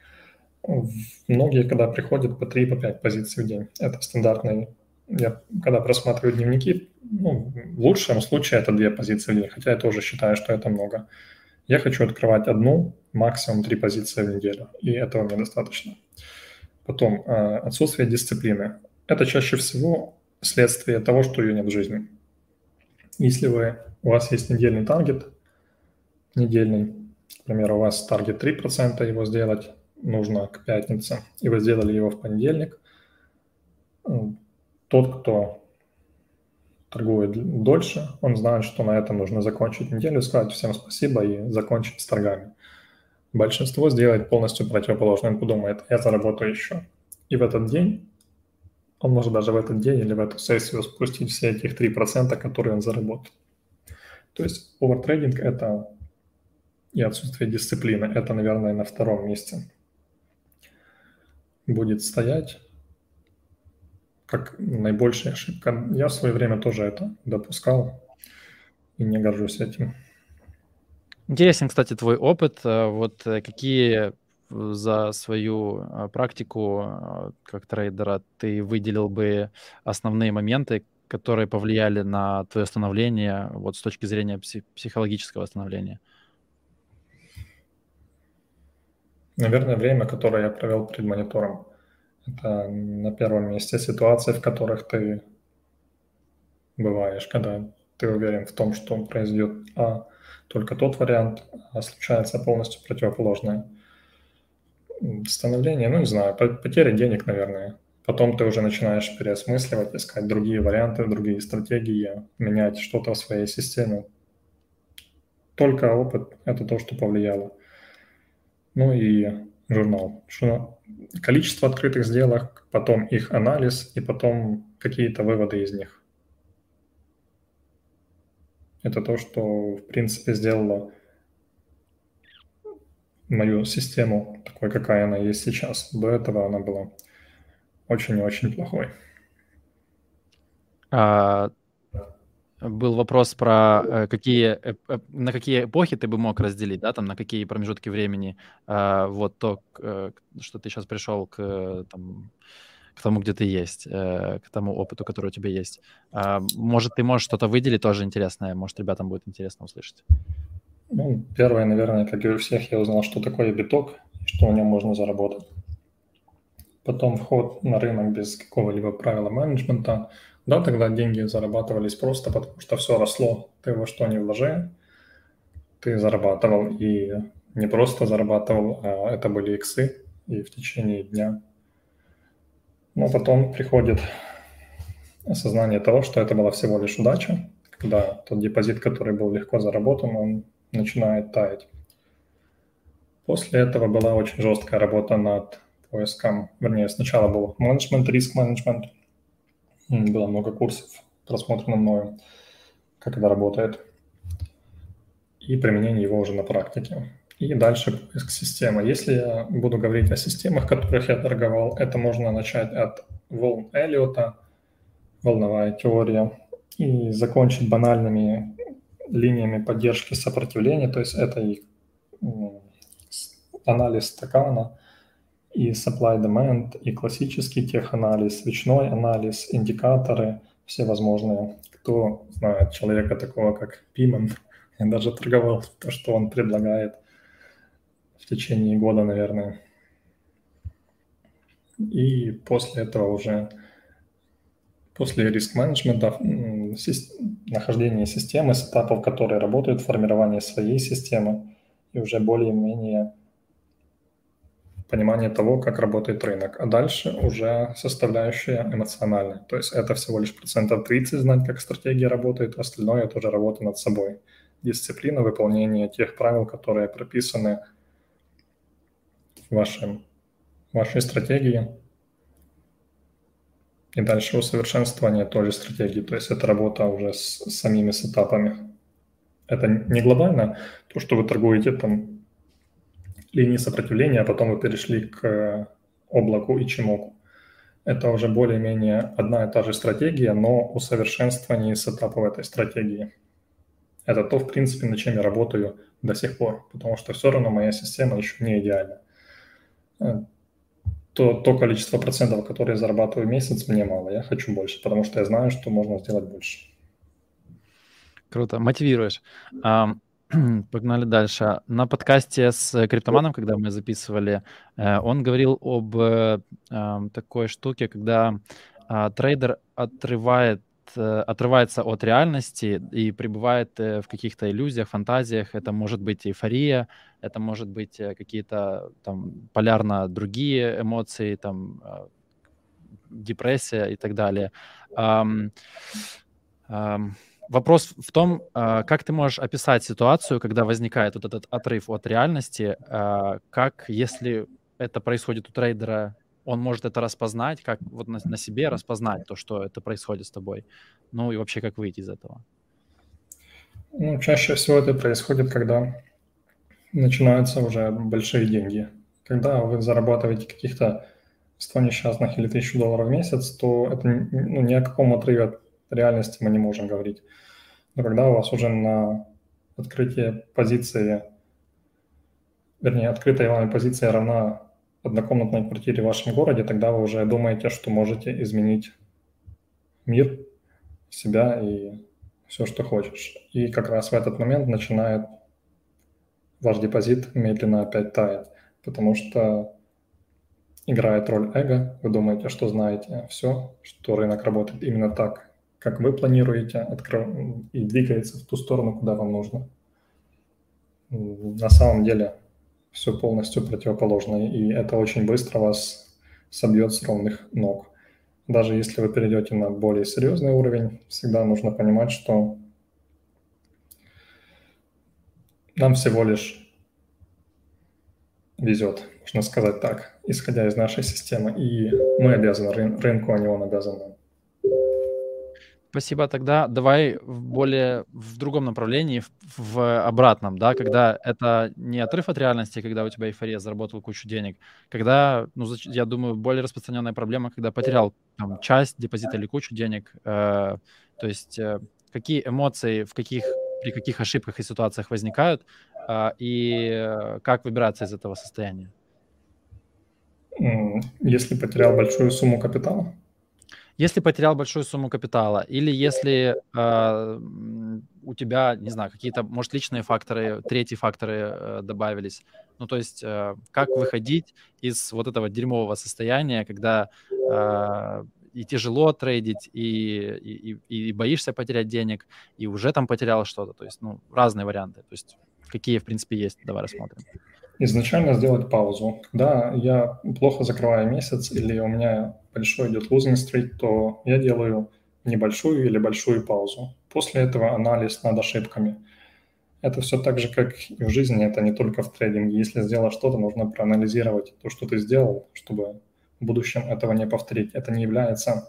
Многие, когда приходят по 3, по 5 позиций в день, это стандартный. Я, когда просматриваю дневники, в лучшем случае это 2 позиции в день, хотя я тоже считаю, что это много. Я хочу открывать 1, максимум 3 позиции в неделю, и этого мне достаточно. Потом отсутствие дисциплины. Это чаще всего следствие того, что ее нет в жизни. Если у вас есть недельный таргет, например, у вас таргет 3% его сделать, нужно к пятнице, и вы сделали его в понедельник, тот, кто торгует дольше, он знает, что на этом нужно закончить неделю, сказать всем спасибо и закончить с торгами. Большинство сделает полностью противоположное, он подумает, я заработаю еще. И в этот день, он может даже в этот день или в эту сессию спустить все этих 3%, которые он заработал. То есть овертрейдинг – это и отсутствие дисциплины. Это, наверное, на втором месте будет стоять как наибольшая ошибка. Я в свое время тоже это допускал и не горжусь этим. Интересен, кстати, твой опыт. Вот какие за свою практику как трейдера ты выделил бы основные моменты, которые повлияли на твое становление вот с точки зрения психологического становления? Наверное, время, которое я провел перед монитором, это на первом месте ситуации, в которых ты бываешь, когда ты уверен в том, что произойдет только тот вариант, а случается полностью противоположное. Становление, ну, не знаю, потеря денег, наверное. Потом ты уже начинаешь переосмысливать, искать другие варианты, другие стратегии, менять что-то в своей системе. Только опыт – это то, что повлияло. Ну и журнал. Количество открытых сделок, потом их анализ и потом какие-то выводы из них. Это то, что, в принципе, сделало мою систему такой, какая она есть сейчас. До этого она была очень и очень плохой. Был вопрос про на какие эпохи ты бы мог разделить, да, там на какие промежутки времени, вот то, что ты сейчас пришел к тому, где ты есть, к тому опыту, который у тебя есть. Может, ты можешь что-то выделить тоже интересное, может, ребятам будет интересно услышать. Ну, первое, наверное, как и у всех, я узнал, что такое биток, что на нем можно заработать. Потом вход на рынок без какого-либо правила менеджмента. Да, тогда деньги зарабатывались просто, потому что все росло. Ты во что ни вложи, ты зарабатывал. И не просто зарабатывал, а это были иксы и в течение дня. Но потом приходит осознание того, что это была всего лишь удача, когда тот депозит, который был легко заработан, он начинает таять. После этого была очень жесткая работа над поиском, вернее, сначала был менеджмент, риск-менеджмент, было много курсов просмотрено мною, как это работает, и применение его уже на практике. И дальше поиск системы. Если я буду говорить о системах, в которых я торговал, это можно начать от волн Эллиота, волновая теория, и закончить банальными линиями поддержки сопротивления, то есть это и анализ стакана, и supply-demand, и классический теханализ, свечной анализ, индикаторы, все возможные. Кто знает человека такого, как Пиман, я даже торговал то, что он предлагает в течение года, наверное. И после этого уже, после риск-менеджмента, нахождение системы, сетапов, которые работают, формирование своей системы и уже более-менее понимание того, как работает рынок. А дальше уже составляющая эмоциональная. То есть это всего лишь 30% знать, как стратегия работает, остальное – это уже работа над собой. Дисциплина, выполнение тех правил, которые прописаны в вашей стратегии. И дальше усовершенствование той же стратегии. То есть это работа уже с самими сетапами. Это не глобально то, что вы торгуете там линии сопротивления, а потом вы перешли к облаку и чимоку. Это уже более-менее одна и та же стратегия, но усовершенствование сетапов этой стратегии. Это то, в принципе, над чем я работаю до сих пор, потому что все равно моя система еще не идеальна. То количество процентов, которые я зарабатываю в месяц, мне мало. Я хочу больше, потому что я знаю, что можно сделать больше. Круто, мотивируешь. Погнали дальше. На подкасте с Криптоманом, когда мы записывали, он говорил об такой штуке, когда трейдер отрывает отрывается от реальности и пребывает в каких-то иллюзиях, фантазиях. Это может быть эйфория, это может быть какие-то там полярно другие эмоции, там депрессия и так далее. Ам, Вопрос в том, как ты можешь описать ситуацию, когда возникает вот этот отрыв от реальности, как, если это происходит у трейдера, он может это распознать, как вот на себе распознать то, что это происходит с тобой, ну и вообще как выйти из этого? Ну, чаще всего это происходит, когда начинаются уже большие деньги. Когда вы зарабатываете каких-то 100 несчастных или $1000 в месяц, то это ни о каком отрыве от реальности мы не можем говорить. Но когда у вас уже на открытие позиции, вернее, открытая вами позиция равна однокомнатной квартире в вашем городе, тогда вы уже думаете, что можете изменить мир, себя и все, что хочешь. И как раз в этот момент начинает ваш депозит медленно опять таять, потому что играет роль эго. Вы думаете, что знаете все, что рынок работает именно так, как вы планируете, и двигается в ту сторону, куда вам нужно. На самом деле все полностью противоположно, и это очень быстро вас собьет с ровных ног. Даже если вы перейдете на более серьезный уровень, всегда нужно понимать, что нам всего лишь везет, можно сказать так, исходя из нашей системы, и мы обязаны рынку, а не он обязан нам. Спасибо. Тогда давай в другом направлении, в обратном, да, когда это не отрыв от реальности, когда у тебя эйфория, заработал кучу денег, когда, ну, я думаю, более распространенная проблема, когда потерял там часть депозита или кучу денег. То есть какие эмоции, при каких ошибках и ситуациях возникают, и как выбираться из этого состояния? Если потерял большую сумму капитала? Если потерял большую сумму капитала или если, у тебя, не знаю, какие-то, может, личные факторы, третьи факторы, добавились. Ну, то есть, как выходить из вот этого дерьмового состояния, когда, и тяжело трейдить, и боишься потерять денег, и уже там потерял что-то. То есть, ну, разные варианты. То есть какие, в принципе, есть. Давай рассмотрим. Изначально сделать паузу. Когда я плохо закрываю месяц или у меня большой идет losing streak, то я делаю небольшую или большую паузу. После этого анализ над ошибками. Это все так же, как и в жизни, это не только в трейдинге. Если сделал что-то, нужно проанализировать то, что ты сделал, чтобы в будущем этого не повторить. Это не является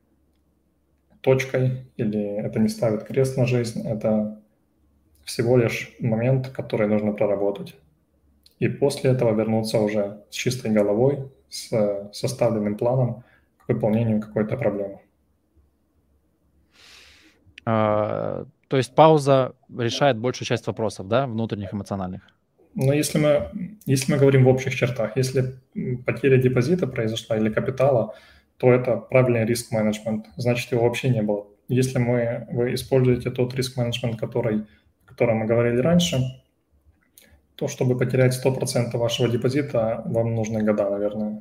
точкой или это не ставит крест на жизнь. Это всего лишь момент, который нужно проработать. И после этого вернуться уже с чистой головой, с составленным планом к выполнению какой-то проблемы. То есть пауза решает большую часть вопросов, да, внутренних эмоциональных? Но если мы говорим в общих чертах, если потеря депозита произошла или капитала, то это правильный риск-менеджмент, значит, его вообще не было. Если вы используете тот риск-менеджмент, о котором мы говорили раньше, то чтобы потерять 100% вашего депозита, вам нужны года, наверное.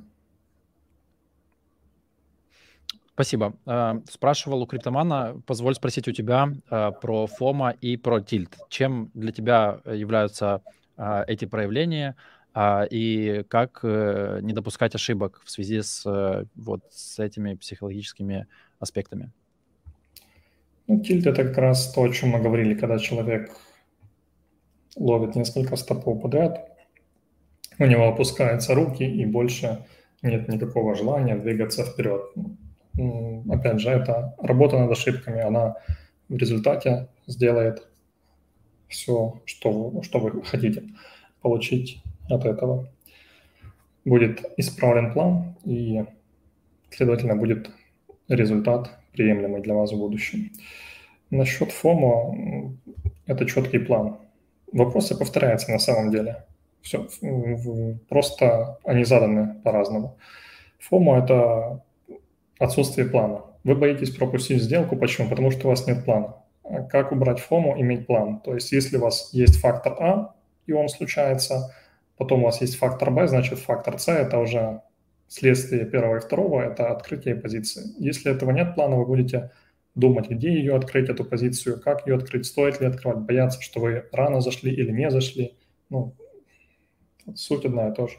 Спасибо. Спрашивал у криптомана, позволь спросить у тебя про FOMO и про тильт. Чем для тебя являются эти проявления и как не допускать ошибок в связи вот с этими психологическими аспектами? Ну, тильт – это как раз то, о чем мы говорили, когда человек ловит несколько стопов подряд, у него опускаются руки и больше нет никакого желания двигаться вперед. Опять же, это работа над ошибками, она в результате сделает все, что вы хотите получить от этого. Будет исправлен план, и, следовательно, будет результат приемлемый для вас в будущем. Насчет FOMO – это четкий план. Вопросы повторяются на самом деле. Все, просто они заданы по-разному. FOMO – это отсутствие плана. Вы боитесь пропустить сделку. Почему? Потому что у вас нет плана. Как убрать FOMO? Иметь план. То есть если у вас есть фактор А, и он случается, потом у вас есть фактор Б, значит фактор С – это уже следствие первого и второго, это открытие позиции. Если этого нет плана, вы будете думать, где ее открыть, эту позицию, как ее открыть, стоит ли открывать, бояться, что вы рано зашли или не зашли. Ну, суть одна и та же.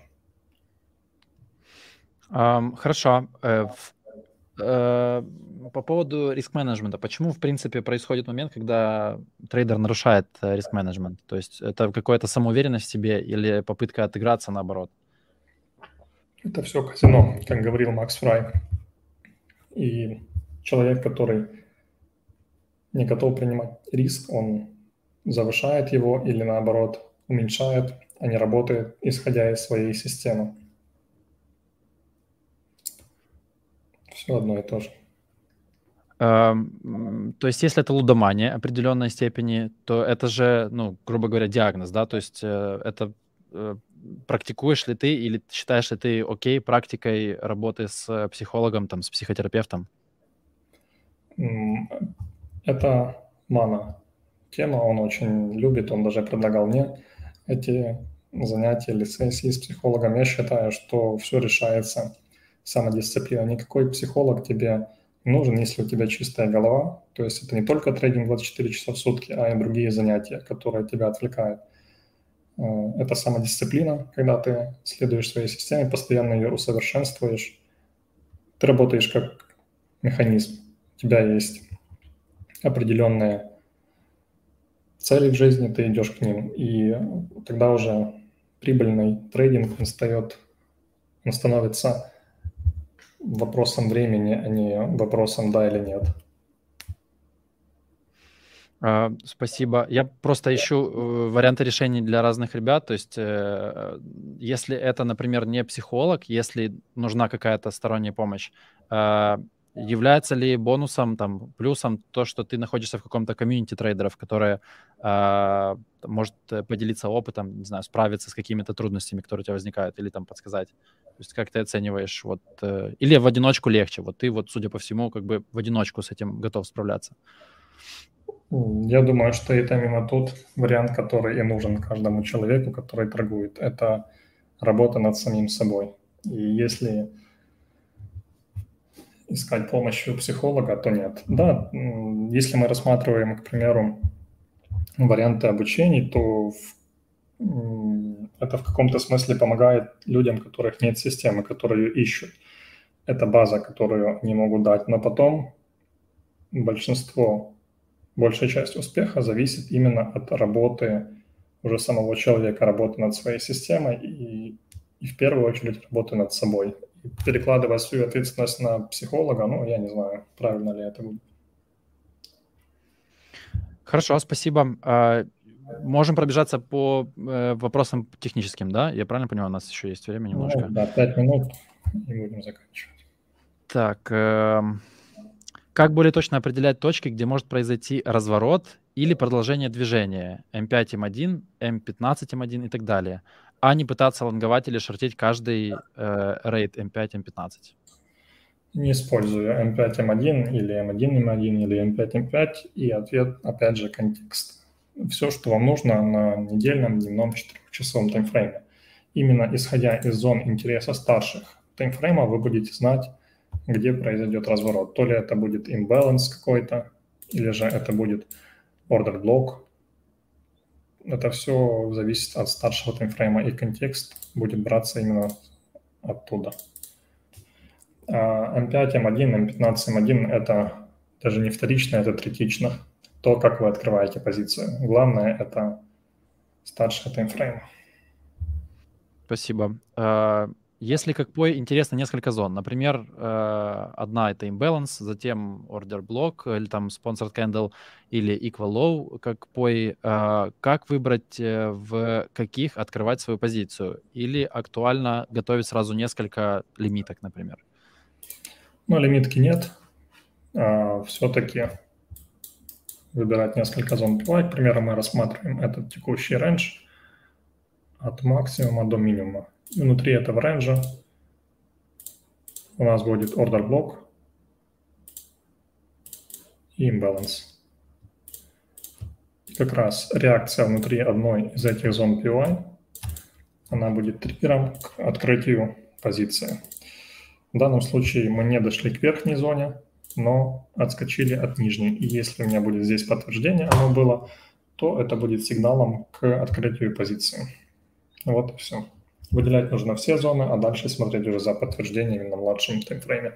Хорошо. По поводу риск-менеджмента. Почему, в принципе, происходит момент, когда трейдер нарушает риск-менеджмент? То есть это какая-то самоуверенность в себе или попытка отыграться наоборот? Это все казино, как говорил Макс Фрай. И человек, который не готов принимать риск, он завышает его или наоборот уменьшает, а не работает, исходя из своей системы. Все одно и то же. То есть если это лудомания определенной степени, то это же, ну, грубо говоря, диагноз, да? То есть это практикуешь ли ты или считаешь ли ты окей практикой работы с психологом, там, с психотерапевтом? Это Мана тема, он очень любит, он даже предлагал мне эти занятия или сессии с психологом. Я считаю, что все решается самодисциплиной. Никакой психолог тебе не нужен, если у тебя чистая голова. То есть это не только трейдинг 24 часа в сутки, а и другие занятия, которые тебя отвлекают. Это самодисциплина, когда ты следуешь своей системе, постоянно ее усовершенствуешь. Ты работаешь как механизм. У тебя есть определенные цели в жизни, ты идешь к ним, и тогда уже прибыльный трейдинг он становится вопросом времени, а не вопросом да или нет. Спасибо. Я просто ищу варианты решений для разных ребят. То есть, если это, например, не психолог, если нужна какая-то сторонняя помощь, является ли бонусом, там, плюсом то, что ты находишься в каком-то комьюнити трейдеров, которое может поделиться опытом, не знаю, справиться с какими-то трудностями, которые у тебя возникают, или там подсказать? То есть как ты оцениваешь, вот, или в одиночку легче? Вот ты, вот, судя по всему, как бы в одиночку с этим готов справляться. Я думаю, что это именно тот вариант, который и нужен каждому человеку, который торгует. Это работа над самим собой. И если искать помощи у психолога, то нет. Да, если мы рассматриваем, к примеру, варианты обучений, то это в каком-то смысле помогает людям, у которых нет системы, которые ее ищут. Это база, которую они могут дать. Но потом большая часть успеха зависит именно от работы уже самого человека, работы над своей системой и в первую очередь работы над собой. И перекладывая свою ответственность на психолога, ну, я не знаю, правильно ли это будет. Хорошо, спасибо. Можем пробежаться по вопросам техническим, да? Я правильно понимаю, у нас еще есть время немножко? Ну, да, 5 минут и будем заканчивать. Так, как более точно определять точки, где может произойти разворот или продолжение движения M5, M1, M15, M1 и так далее, а не пытаться лонговать или шортить каждый рейд M5, M15? Не использую M5, M1 или M1, M1 или M5, M5, и ответ, опять же, контекст. Все, что вам нужно на недельном, дневном, 4-часовом таймфрейме. Именно исходя из зон интереса старших таймфрейма вы будете знать, где произойдет разворот. То ли это будет имбаланс какой-то, или же это будет order block. Это все зависит от старшего таймфрейма, и контекст будет браться именно оттуда. M5, M1, M15, M1 – это даже не вторично, это третично. То, как вы открываете позицию. Главное – это старший таймфрейм. Спасибо. Если как пой интересно несколько зон, например, одна это imbalance, затем order block или там sponsored candle или equal low, как пой, как выбрать, в каких открывать свою позицию? Или актуально готовить сразу несколько лимиток, например? Но лимитки нет. Все-таки выбирать несколько зон PY. К примеру, мы рассматриваем этот текущий рейндж от максимума до минимума. Внутри этого рейнджа у нас будет order block и imbalance. И как раз реакция внутри одной из этих зон PY, она будет триггером к открытию позиции. В данном случае мы не дошли к верхней зоне, но отскочили от нижней. И если у меня будет здесь подтверждение, оно было, то это будет сигналом к открытию позиции. Вот и все. Выделять нужно все зоны, а дальше смотреть уже за подтверждениями на младшем таймфрейме.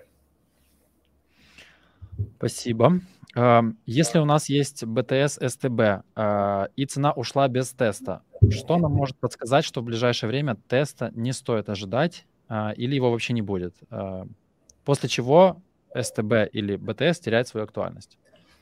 Спасибо. Если у нас есть BTS STB и цена ушла без теста, что нам может подсказать, что в ближайшее время теста не стоит ожидать или его вообще не будет? После чего STB или BTS теряет свою актуальность?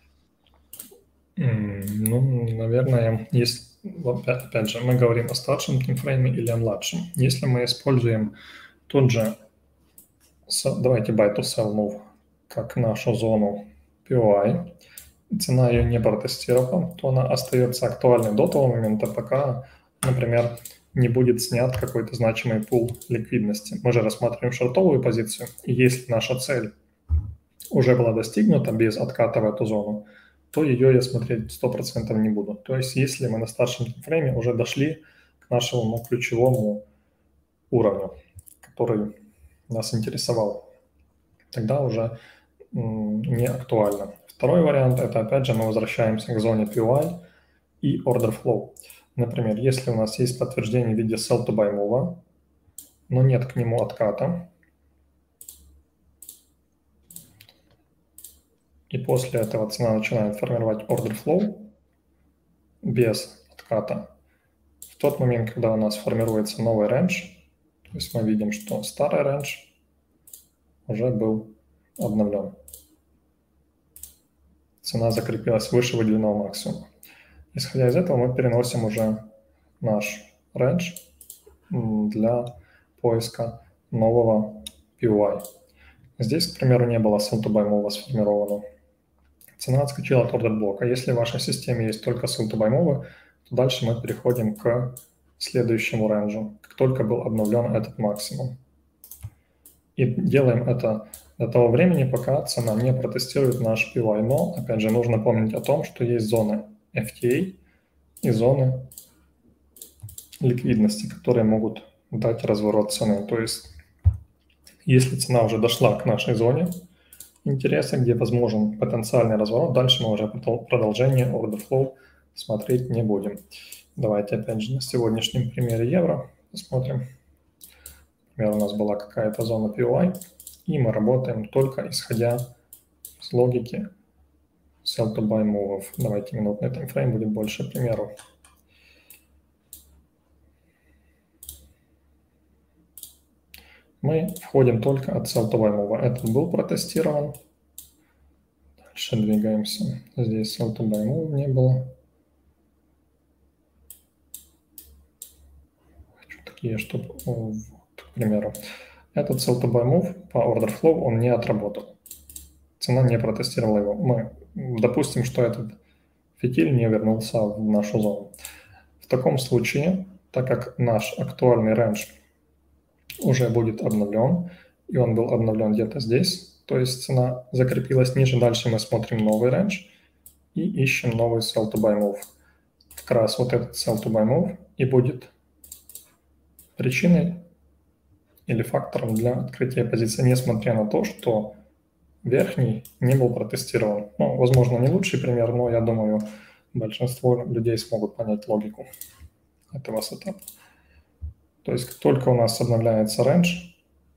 Ну, наверное, опять же, мы говорим о старшем таймфрейме или о младшем. Если мы используем тот же, давайте buy to sell move, как нашу зону POI, цена ее не протестировала, то она остается актуальной до того момента, пока, например, не будет снят какой-то значимый пул ликвидности. Мы же рассматриваем шортовую позицию, и если наша цель уже была достигнута без отката в эту зону, то ее я смотреть 100% не буду. То есть если мы на старшем таймфрейме уже дошли к нашему ключевому уровню, который нас интересовал, тогда уже не актуально. Второй вариант – это, опять же, мы возвращаемся к зоне POI и order flow. Например, если у нас есть подтверждение в виде sell to buy move, но нет к нему отката, и после этого цена начинает формировать order flow без отката, в тот момент, когда у нас формируется новый рейндж, то есть мы видим, что старый рейндж уже был обновлен. Цена закрепилась выше выделенного максимума. Исходя из этого, мы переносим уже наш рейндж для поиска нового POI. Здесь, к примеру, не было sell to buy move сформировано. Цена отскочила от ордер блока. Если в вашей системе есть только sell to buy move, то дальше мы переходим к следующему рейнджу, как только был обновлен этот максимум. И делаем это до того времени, пока цена не протестирует наш POI. Но, опять же, нужно помнить о том, что есть зоны FTA и зоны ликвидности, которые могут дать разворот цены. То есть, если цена уже дошла к нашей зоне интереса, где возможен потенциальный разворот, дальше мы уже продолжение order flow смотреть не будем. Давайте опять же на сегодняшнем примере евро посмотрим. Например, у нас была какая-то зона POI, и мы работаем только исходя из логики sell to buy move. Давайте минутный таймфрейм будет больше примеру. Мы входим только от sell to buy move. Этот был протестирован. Дальше двигаемся. Здесь sell to buy move не было. Хочу такие, чтобы, к примеру, этот sell to buy move по order flow он не отработал. Цена не протестировала его. Мы допустим, что этот фитиль не вернулся в нашу зону. В таком случае, так как наш актуальный рейндж уже будет обновлен, и он был обновлен где-то здесь, то есть цена закрепилась ниже, дальше мы смотрим новый рейндж и ищем новый sell to buy move. Как раз вот этот sell to buy move и будет причиной или фактором для открытия позиции, несмотря на то, что верхний не был протестирован. Ну, возможно, не лучший пример, но я думаю, большинство людей смогут понять логику этого сетапа. То есть, как только у нас обновляется рейндж,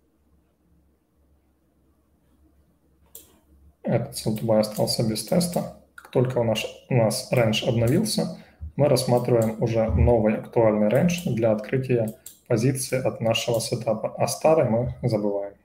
этот sell to buy остался без теста. Как только у нас рейндж обновился, мы рассматриваем уже новый актуальный рейндж для открытия позиции от нашего сетапа, а старый мы забываем.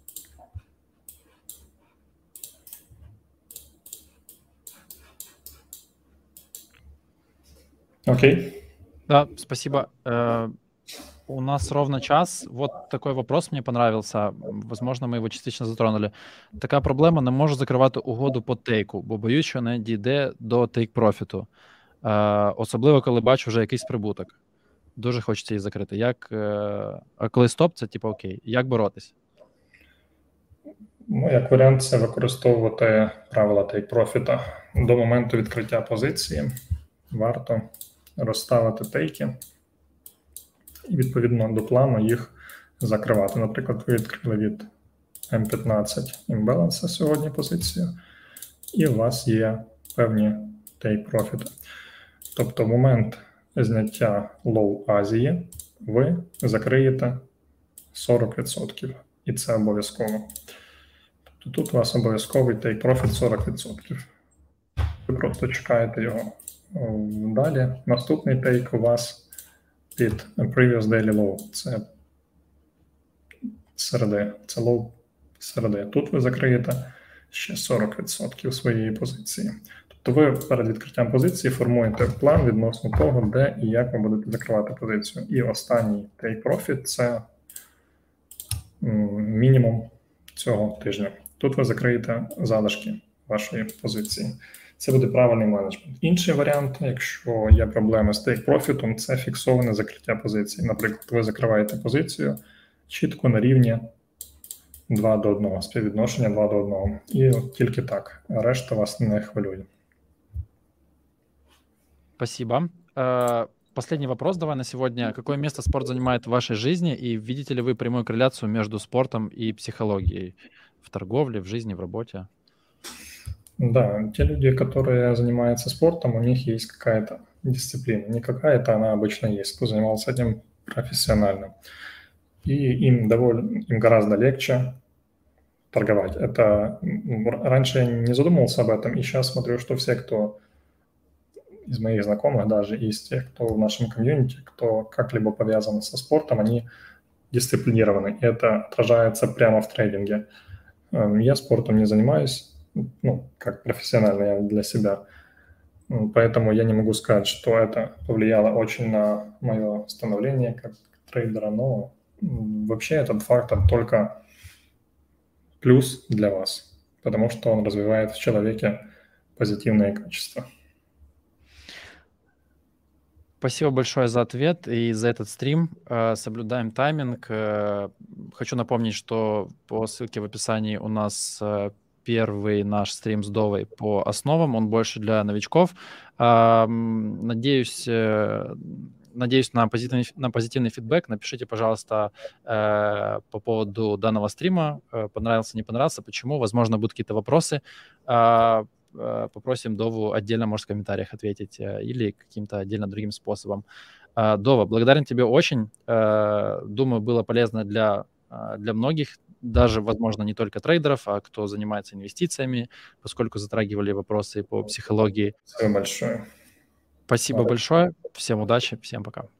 Окей. Да, спасибо. У нас ровно час. Вот такой вопрос мне понравився. Возможно, ми його частично затронули. Така проблема: не можу закривати угоду по тейку, бо боюсь, що не дійде до тейк-профіту. Особливо, коли бачу вже якийсь прибуток. Дуже хочеться її закрити. А коли стоп, це типу окей. Як боротись? Ну, як варіант, це використовувати правила тейк-профіта. До моменту відкриття позиції варто розставити тейки і, відповідно до плану, їх закривати. Наприклад, ви відкрили від М15 імбаланси сьогодні позицію, і у вас є певні take-профіти. Тобто в момент зняття лоу Азії ви закриєте 40%, і це обов'язково. Тобто тут у вас обов'язковий take-профіт 40%. Ви просто чекаєте його. Далі наступний тейк у вас під previous daily low. Це середи, це low середи. Тут ви закриєте ще 40% своєї позиції. Тобто ви перед відкриттям позиції формуєте план відносно того, де і як ви будете закривати позицію. І останній take profit – це мінімум цього тижня. Тут ви закриєте залишки вашої позиції. Це буде правильний менеджмент. Інший варіант, якщо є проблеми з take-профітом, це фіксоване закриття позиції. Наприклад, ви закриваєте позицію чітко на рівні 2 до 1, співвідношення 2 до 1. І тільки так, а решта вас не хвилює. Спасибо. Последний вопрос давай на сегодня. Какое место спорт занимает в вашей жизни, и видите ли вы прямую корреляцию между спортом и психологией в торговле, в жизни, в работе? Да, те люди, которые занимаются спортом, у них есть какая-то дисциплина. Не какая-то, она обычно есть, кто занимался этим профессионально. И им гораздо легче торговать. Это раньше я не задумывался об этом, и сейчас смотрю, что все, кто из моих знакомых, даже из тех, кто в нашем комьюнити, кто как-либо повязан со спортом, они дисциплинированы, и это отражается прямо в трейдинге. Я спортом не занимаюсь, как профессионально, я для себя, поэтому я не могу сказать, что это повлияло очень на мое становление как трейдера, но вообще этот фактор только плюс для вас, потому что он развивает в человеке позитивные качества. Спасибо большое за ответ и за этот стрим. Соблюдаем тайминг. Хочу напомнить, что по ссылке в описании у нас первый наш стрим с Довой по основам. Он больше для новичков. Надеюсь на позитивный фидбэк. Напишите, пожалуйста, по поводу данного стрима. Понравился, не понравился, почему. Возможно, будут какие-то вопросы. Попросим Дову отдельно, может, в комментариях ответить или каким-то отдельно другим способом. Дова, благодарен тебе очень. Думаю, было полезно для многих, даже, возможно, не только трейдеров, а кто занимается инвестициями, поскольку затрагивали вопросы по психологии. Спасибо большое. Спасибо большое. Всем удачи, всем пока.